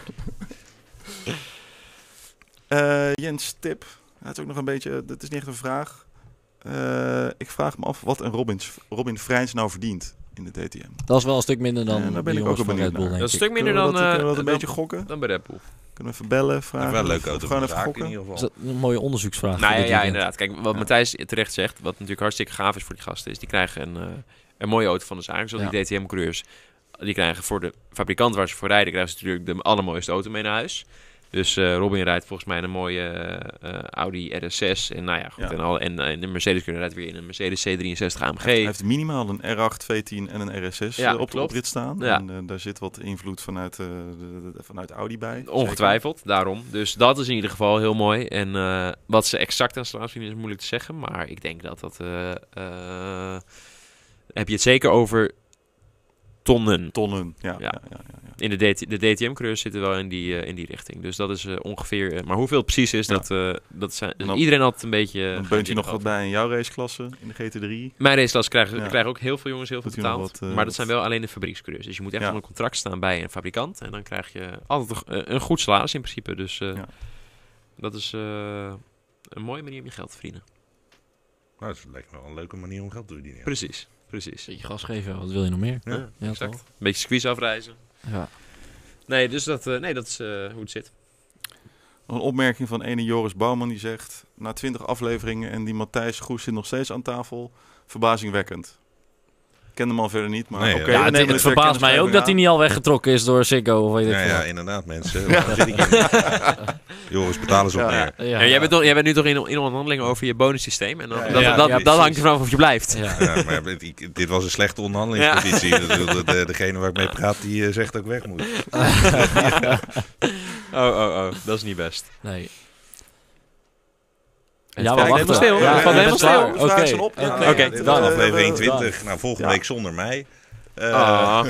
Eh, Jens Tip. Het is ook nog een beetje, dat is niet echt een vraag. Eh, ik vraag me af wat een Robin, Robin Freins nou verdient in de D T M. Dat is wel een stuk minder dan Ja, daar ben de ik jongens ook wel van Red benieuwd Bull, naar. denk Dat is een ik. stuk minder Kunnen we dan, dat, kunnen we eh, dat een dan- beetje gokken? dan bij Red Bull. Kunnen we even bellen, Dat vragen? is wel een leuke Of- auto. of gewoon even in gokken? ieder Is geval. dat een mooie onderzoeksvraag? Nou voor ja, dit ja, weekend? inderdaad. Kijk, wat Ja. Matthijs terecht zegt, wat natuurlijk hartstikke gaaf is voor die gasten, is die krijgen een, eh, een mooie auto van de zaak. Zoals Ja. die D T M-coureurs. Die krijgen voor de fabrikant waar ze voor rijden, krijgen ze natuurlijk de allermooiste auto mee naar huis. Dus uh, Robin rijdt volgens mij een mooie uh, Audi R S zes. En nou ja, goed. Ja. En, al, en, en de Mercedes kunnen rijdt weer in een Mercedes C drieënzestig A M G. Hij heeft minimaal een R acht V tien en een R S zes ja, uh, op de oprit staan. Ja. En uh, daar zit wat invloed vanuit, uh, de, de, vanuit Audi bij. Ongetwijfeld, zeker. Daarom. Dus dat is in ieder geval heel mooi. En uh, wat ze exact aan slaap zien is moeilijk te zeggen. Maar ik denk dat dat... Uh, uh, heb je het zeker over... Tonnen. Tonnen, ja. ja. ja, ja, ja, ja. In de, D T, de D T M-coureurs zitten wel in die, uh, in die richting. Dus dat is uh, ongeveer... Uh, maar hoeveel het precies is, ja. dat, uh, dat zijn... Dus iedereen had een beetje... Dan beunt je nog wat bij in jouw raceklasse, in de G T drie. Mijn raceklasse krijgen, ja. krijgen ook heel veel jongens heel veel betaald. Wat, uh, maar dat zijn wel alleen de fabriekscoureurs. Dus je moet echt ja. onder contract staan bij een fabrikant. En dan krijg je altijd uh, een goed salaris in principe. Dus uh, ja. dat is uh, een mooie manier om je geld te verdienen. Nou, dat lijkt me wel een leuke manier om geld te verdienen. Precies. Precies. Beetje gas geven, wat wil je nog meer? Ja, ja exact. Een beetje squeeze afreizen. Ja. Nee, dus dat, uh, nee, dat is uh, hoe het zit. Nog een opmerking van ene Joris Bouwman die zegt... Na twintig afleveringen en die Matthijs Goes zit nog steeds aan tafel. Verbazingwekkend. Ik ken de man verder niet, maar nee, oké. Okay, ja, het het verbaast mij ook aan. Dat hij niet al weggetrokken is door Ziggo. Of weet ja, ik ja, inderdaad mensen. Ja. Jongens, betalen ze op ja. neer. Ja, ja, jij, bent nog, jij bent nu toch in, in onderhandeling over je bonussysteem. En dan, ja, ja, dat, ja, dat, ja, dat hangt ervan af of je blijft. Ja, ja maar dit was een slechte onderhandelingspositie. Ja. De, de, degene waar ik mee praat, die uh, zegt dat ik weg moet. oh, oh, oh. Dat is niet best. Nee. En ja, maar wacht helemaal stil. Ja, ja, ja, helemaal stil. Oké, okay. op. Ja, okay. okay. Dit was aflevering eenentwintig. Nou, volgende ja. week zonder mij. Uh, ah.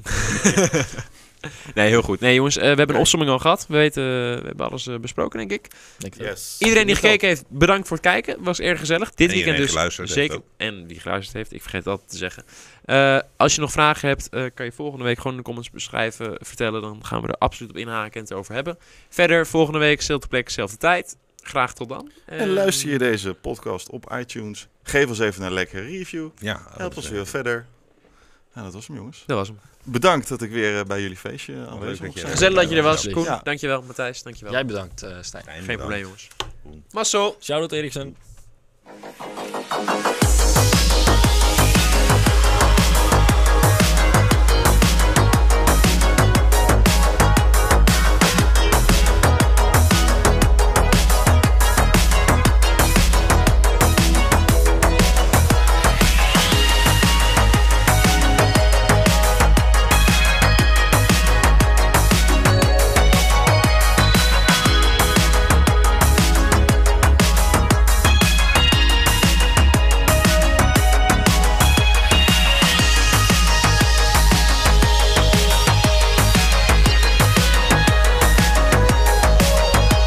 Nee, heel goed. Nee, jongens, uh, we hebben een opsomming al gehad. We weten, uh, we hebben alles uh, besproken, denk ik. Denk yes. Iedereen die gekeken heeft, bedankt voor het kijken. Het was erg gezellig. Dit en weekend dus zeker. En die geluisterd heeft, ik vergeet het altijd te zeggen. Uh, als je nog vragen hebt, uh, kan je volgende week gewoon in de comments beschrijven, vertellen. Dan gaan we er absoluut op inhaken en het over hebben. Verder, volgende week, dezelfde plek, dezelfde tijd. Graag tot dan. En, en luister je deze podcast op iTunes. Geef ons even een lekkere review. Ja, help ons weer verder. Ja, dat was hem, jongens. Dat was hem. Bedankt dat ik weer uh, bij jullie feestje aanwezig was. Gezellig dat je er was. Koen, ja. Dankjewel. Matthijs, dankjewel. Jij bedankt, uh, Stijn. Geen probleem, jongens. Marcel. Shout-out Eriksen.